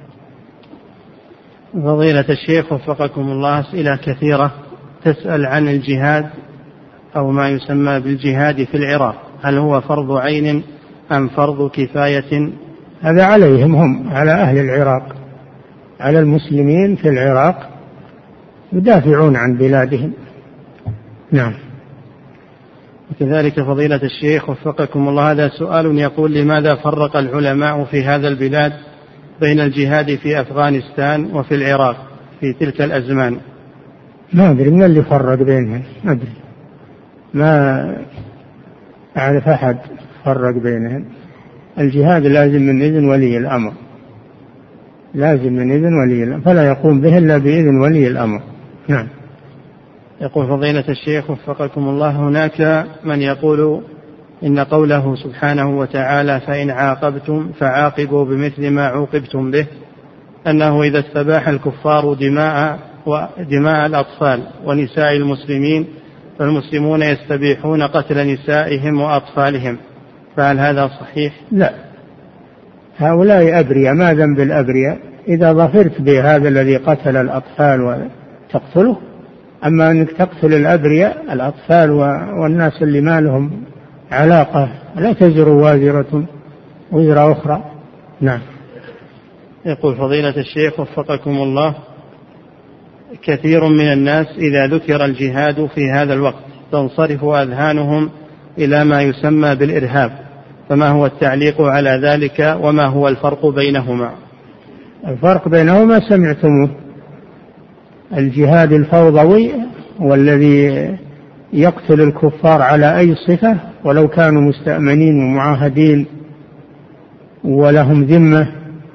Speaker 1: فضيلة الشيخ وفقكم الله، أسئلة كثيرة تسأل عن الجهاد أو ما يسمى بالجهاد في العراق، هل هو فرض عين أم فرض كفاية؟
Speaker 2: هذا عليهم هم، على أهل العراق، على المسلمين في العراق يدافعون عن بلادهم. نعم.
Speaker 1: وكذلك فضيلة الشيخ وفقكم الله، هذا سؤال يقول: لماذا فرق العلماء في هذا البلاد بين الجهاد في أفغانستان وفي العراق في تلك الأزمان؟
Speaker 2: ما أدري من اللي فرق بينهم، ما أدري، ما أعرف أحد فرق بينهم. الجهاد لازم من إذن ولي الأمر، لازم من إذن ولي الأمر، فلا يقوم به إلا بإذن ولي الأمر. نعم.
Speaker 1: يقول فضيلة الشيخ وفقكم الله: هناك من يقول إن قوله سبحانه وتعالى: فإن عاقبتم فعاقبوا بمثل ما عوقبتم به، أنه إذا استباح الكفار دماء ودماء الأطفال ونساء المسلمين فالمسلمون يستبيحون قتل نسائهم وأطفالهم، فهل هذا صحيح؟
Speaker 2: لا، هؤلاء أبرياء، ما ذنب الأبرياء؟ إذا ظفرت بهذا الذي قتل الأطفال وتقتله، أما أنك تقتل الأبرياء الأطفال والناس اللي ما لهم علاقة، لا تزر وازرة وزر أخرى. نعم.
Speaker 1: يقول فضيلة الشيخ وفقكم الله: كثير من الناس إذا ذكر الجهاد في هذا الوقت تنصرف أذهانهم إلى ما يسمى بالإرهاب، فما هو التعليق على ذلك وما هو الفرق بينهما؟
Speaker 2: الفرق بينهما سمعتموه: الجهاد الفوضوي والذي يقتل الكفار على أي صفة ولو كانوا مستأمنين ومعاهدين ولهم ذمة،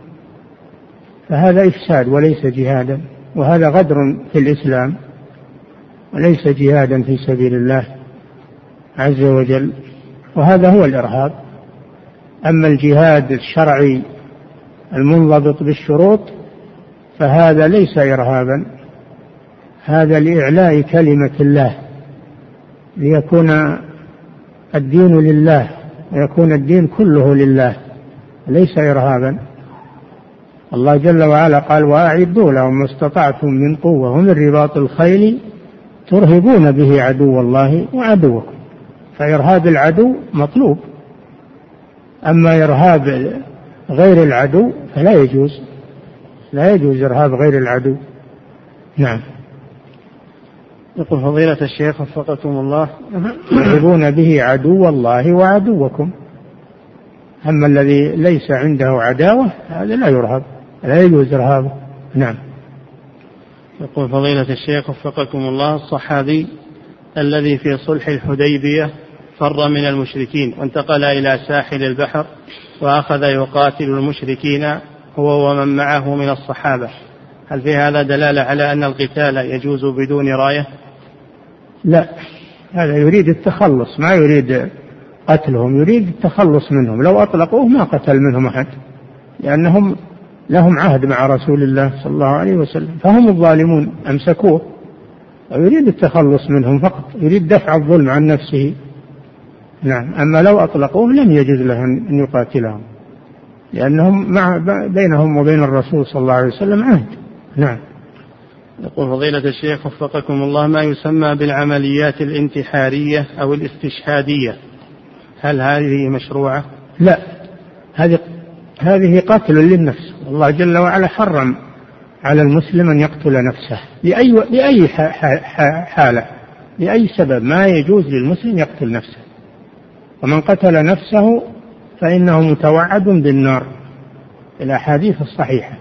Speaker 2: فهذا إفساد وليس جهادا، وهذا غدر في الإسلام وليس جهادا في سبيل الله عز وجل، وهذا هو الإرهاب. أما الجهاد الشرعي المنضبط بالشروط فهذا ليس إرهابا، هذا لإعلاء كلمة الله، ليكون الدين لله ويكون الدين كله لله، ليس إرهابا. الله جل وعلا قال: وأعدوا لهم ما استطعتم من قوة ومن رباط الخيل ترهبون به عدو الله وعدوكم، فإرهاب العدو مطلوب، أما إرهاب غير العدو فلا يجوز، لا يجوز إرهاب غير العدو. نعم.
Speaker 1: يقول فضيلة الشيخ وفقكم الله:
Speaker 2: ترهبون به عدو الله وعدوكم. أما الذي ليس عنده عداوة هذا لا يرهب، لا يجوز إرهابه. نعم.
Speaker 1: يقول فضيلة الشيخ وفقكم الله: الصحابي الذي في صلح الحديبية فر من المشركين وانتقل إلى ساحل البحر وأخذ يقاتل المشركين هو ومن معه من الصحابة، هل في هذا دلالة على أن القتال يجوز بدون راية؟
Speaker 2: لا، هذا يريد التخلص، ما يريد قتلهم، يريد التخلص منهم. لو أطلقوه ما قتل منهم أحد، لأنهم لهم عهد مع رسول الله صلى الله عليه وسلم، فهم الظالمون أمسكوه، ويريد التخلص منهم فقط، يريد دفع الظلم عن نفسه. نعم. أما لو أطلقوه لم يجوز له أن يقاتلهم، لأنهم مع بينهم وبين الرسول صلى الله عليه وسلم عهد. نعم.
Speaker 1: يقول فضيلة الشيخ وفقكم الله: ما يسمى بالعمليات الانتحارية أو الاستشهادية، هل هذه مشروعة؟
Speaker 2: لا، هذه هذه قتل للنفس. الله جل وعلا حرم على المسلم أن يقتل نفسه لأي لأي حالة، لأي سبب، ما يجوز للمسلم يقتل نفسه. ومن قتل نفسه فإنه متوعد بالنار، الأحاديث الصحيحة.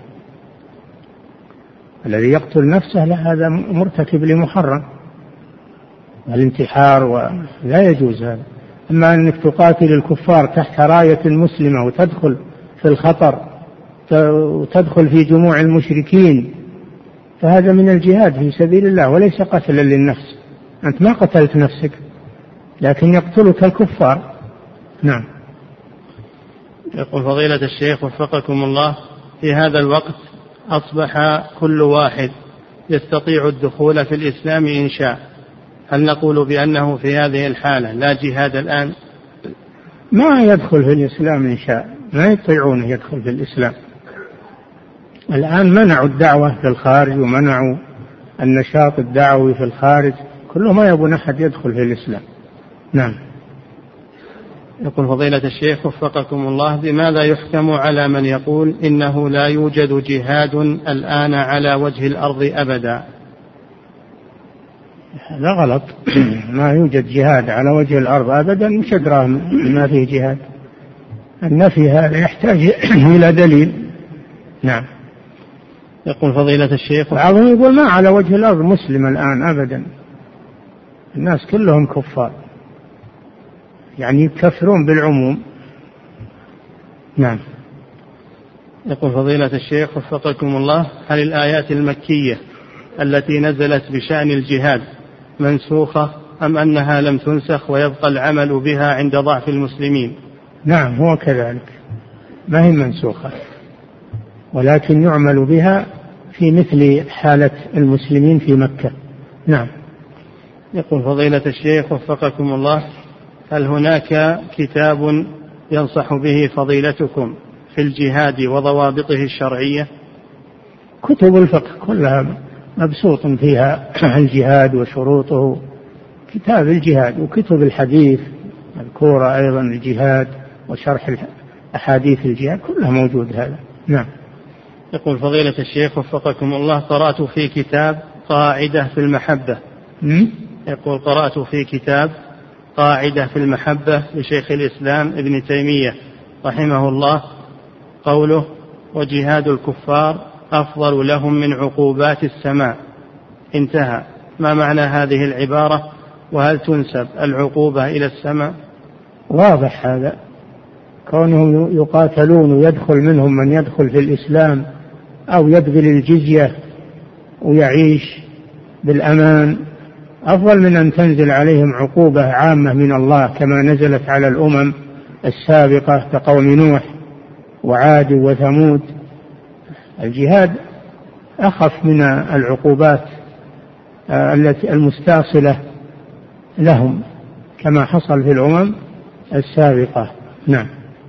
Speaker 2: الذي يقتل نفسه هذا مرتكب لمحرم، الانتحار، ولا يجوز هذا. أما أنك تقاتل الكفار تحت راية مسلمة وتدخل في الخطر وتدخل في جموع المشركين، فهذا من الجهاد في سبيل الله وليس قتلا للنفس. أنت ما قتلت نفسك، لكن يقتلك الكفار. نعم.
Speaker 1: يقول فضيلة الشيخ وفقكم الله: في هذا الوقت أصبح كل واحد يستطيع الدخول في الإسلام إن شاء، هل نقول بأنه في هذه الحالة لا جهاد الآن؟
Speaker 2: ما يدخل في الإسلام إن شاء، ما يطيعونه يدخل في الإسلام. الآن منعوا الدعوة في الخارج ومنعوا النشاط الدعوي في الخارج، كله ما يبون أحد يدخل في الإسلام. نعم.
Speaker 1: يقول فضيلة الشيخ وفقكم الله: بماذا يحكم على من يقول إنه لا يوجد جهاد الآن على وجه الأرض أبدا؟
Speaker 2: هذا غلط. ما يوجد جهاد على وجه الأرض أبدا، مش أدرى ما فيه جهاد. النفي هذا يحتاج إلى دليل. نعم.
Speaker 1: يقول فضيلة الشيخ:
Speaker 2: بعضهم يقول ما على وجه الأرض مسلم الآن أبدا، الناس كلهم كفار، يعني يكفرون بالعموم. نعم.
Speaker 1: يقول فضيلة الشيخ وفقكم الله: هل الآيات المكية التي نزلت بشأن الجهاد منسوخة أم أنها لم تنسخ ويبقى العمل بها عند ضعف المسلمين؟
Speaker 2: نعم، هو كذلك، ما هي منسوخة، ولكن يعمل بها في مثل حالة المسلمين في مكة. نعم.
Speaker 1: يقول فضيلة الشيخ وفقكم الله: هل هناك كتاب ينصح به فضيلتكم في الجهاد وضوابطه الشرعية؟
Speaker 2: كتب الفقه كلها مبسوط فيها الجهاد وشروطه، كتاب الجهاد وكتب الحديث مذكورة أيضا الجهاد وشرح أحاديث الجهاد كلها موجود هذا. نعم.
Speaker 1: يقول فضيلة الشيخ وفقكم الله: قرأت في كتاب قاعدة في المحبة.
Speaker 2: م?
Speaker 1: يقول قرأت في كتاب قاعدة في المحبة لشيخ الإسلام ابن تيمية رحمه الله قوله: وجهاد الكفار أفضل لهم من عقوبات السماء. انتهى. ما معنى هذه العبارة، وهل تنسب العقوبة إلى السماء؟
Speaker 2: واضح هذا، كونهم يقاتلون ويدخل منهم من يدخل في الإسلام أو يبذل الجزية ويعيش بالأمان أفضل من أن تنزل عليهم عقوبة عامة من الله كما نزلت على الأمم السابقة كقوم نوح وعاد وثمود. الجهاد أخف من العقوبات التي المستاصلة لهم كما حصل في الأمم السابقة. نعم.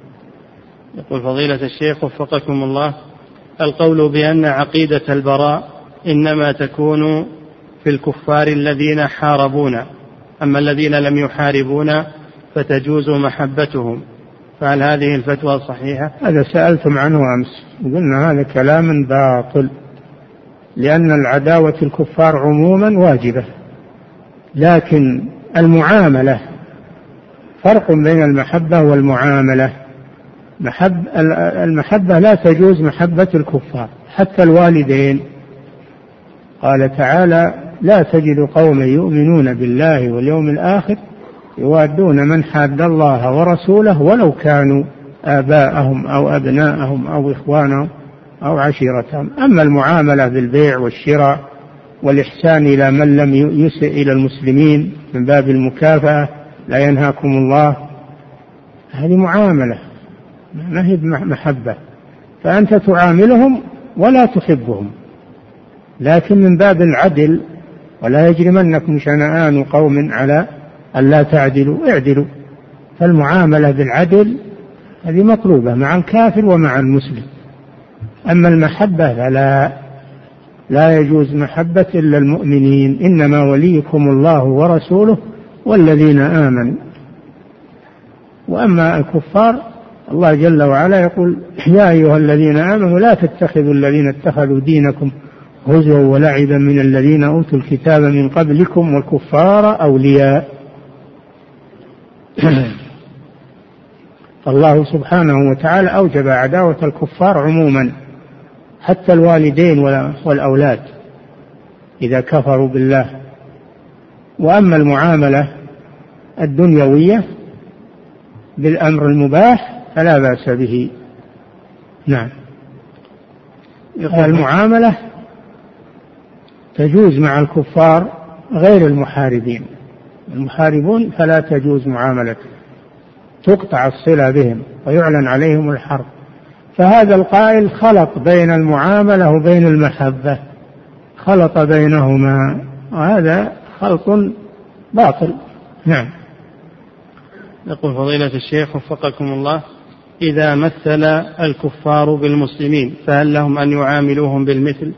Speaker 1: يقول فضيلة الشيخ وفقكم الله: القول بأن عقيدة البراء إنما تكون في الكفار الذين حاربونا، أما الذين لم يحاربونا فتجوز محبتهم، فهل هذه الفتوى صحيحة؟
Speaker 2: هذا سألتم عنه أمس وقلنا هذا كلام باطل، لأن العداوة الكفار عموما واجبة لكن المعاملة فرق بين المحبة والمعاملة. محب المحبة لا تجوز محبة الكفار حتى الوالدين. قال تعالى: لا تجد قوما يؤمنون بالله واليوم الآخر يوادون من حاد الله ورسوله ولو كانوا آباءهم أو أبناءهم أو إخوانهم أو عشيرتهم. أما المعاملة بالبيع والشراء والإحسان إلى من لم يسئ إلى المسلمين من باب المكافأة، لا ينهاكم الله، هذه معاملة ما هي محبة. فأنت تعاملهم ولا تحبهم، لكن من باب العدل: ولا يجرمنكم شنآن قوم على ألا تعدلوا اعدلوا. فالمعاملة بالعدل هذه مطلوبة مع الكافر ومع المسلم. أما المحبة فلا لا يجوز محبة إلا المؤمنين. إنما وليكم الله ورسوله والذين آمنوا. وأما الكفار الله جل وعلا يقول: يا أيها الذين آمنوا لا تتخذوا الذين اتخذوا دينكم هزوا ولعبا من الذين أوتوا الكتاب من قبلكم والكفار أولياء. الله سبحانه وتعالى أوجب عداوة الكفار عموما، حتى الوالدين والأولاد إذا كفروا بالله. وأما المعاملة الدنيوية بالأمر المباح فلا بأس به. نعم. المعاملة تجوز مع الكفار غير المحاربين. المحاربون فلا تجوز معاملته، تقطع الصلة بهم ويعلن عليهم الحرب. فهذا القائل خلط بين المعاملة وبين المحبة، خلط بينهما، وهذا خلط باطل. نعم.
Speaker 1: يقول فضيلة الشيخ وفقكم الله: إذا مثل الكفار بالمسلمين فهل لهم أن يعاملوهم بالمثل؟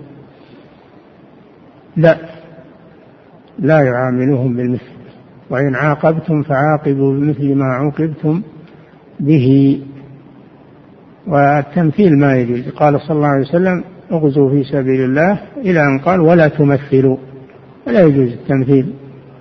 Speaker 2: لا، لا يعاملوهم بالمثل. وإن عاقبتم فعاقبوا بمثل ما عوقبتم به. والتمثيل ما يجوز. قال صلى الله عليه وسلم: اغزوا في سبيل الله، إلى أن قال: ولا تمثلوا. ولا يجوز التمثيل،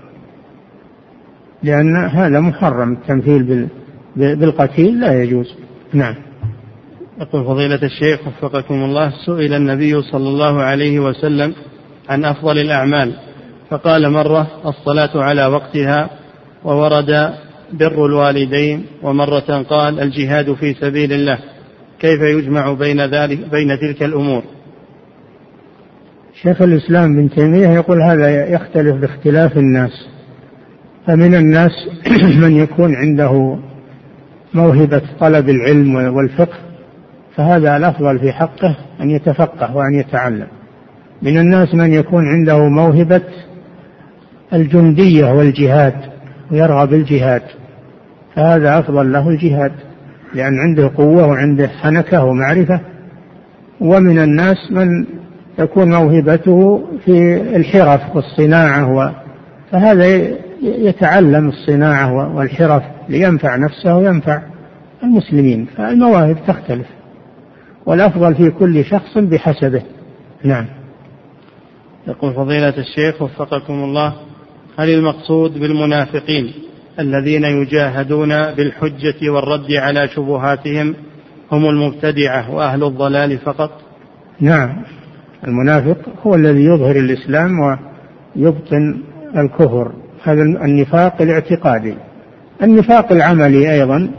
Speaker 2: لأن هذا محرم. التمثيل بالقتيل لا يجوز. نعم.
Speaker 1: يقول فضيلة الشيخ وفقكم الله: سئل النبي صلى الله عليه وسلم عن أفضل الأعمال فقال مرة: الصلاة على وقتها، وورد بر الوالدين، ومرة قال: الجهاد في سبيل الله. كيف يجمع بين ذلك بين تلك الأمور؟
Speaker 2: شيخ الإسلام بن تيمية يقول هذا يختلف باختلاف الناس. فمن الناس من يكون عنده موهبة طلب العلم والفقه، فهذا الأفضل في حقه أن يتفقه وأن يتعلم. من الناس من يكون عنده موهبة الجندية والجهاد ويرغب الجهاد، فهذا أفضل له الجهاد، لأن عنده قوة وعنده حنكة ومعرفة. ومن الناس من تكون موهبته في الحرف والصناعة، فهذا يتعلم الصناعة والحرف لينفع نفسه وينفع المسلمين. فالمواهب تختلف، والأفضل في كل شخص بحسبه. نعم.
Speaker 1: يقول فضيلة الشيخ وفقكم الله: هل المقصود بالمنافقين الذين يجاهدون بالحجة والرد على شبهاتهم هم المبتدعة وأهل الضلال فقط؟
Speaker 2: نعم، المنافق هو الذي يظهر الإسلام ويبطن الكفر، هذا النفاق الاعتقادي. النفاق العملي أيضا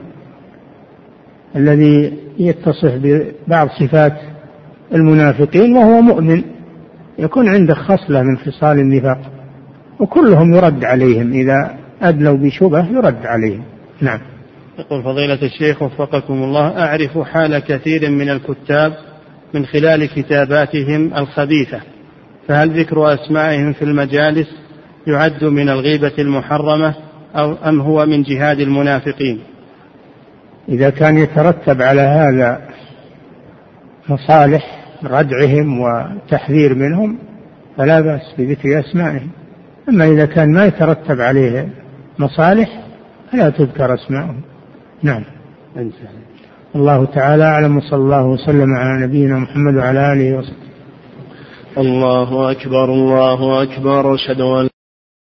Speaker 2: الذي يتصف ببعض صفات المنافقين وهو مؤمن، يكون عنده خصلة من خصال النفاق، وكلهم يرد عليهم إذا أدلوا بشبه يرد عليهم. نعم.
Speaker 1: يقول فضيلة الشيخ وفقكم الله: أعرف حال كثير من الكتاب من خلال كتاباتهم الخبيثة، فهل ذكر أسمائهم في المجالس يعد من الغيبة المحرمة أو أم هو من جهاد المنافقين؟
Speaker 2: إذا كان يترتب على هذا مصالح ردعهم وتحذير منهم فلا بأس بذكر أسمائهم. أما إذا كان ما يترتب عليه مصالح فلا تذكر أسمائهم. نعم. الله تعالى أعلم، وصلى الله وسلم على نبينا محمد وعلى آله وصحبه.
Speaker 3: الله أكبر الله أكبر. أشهد أن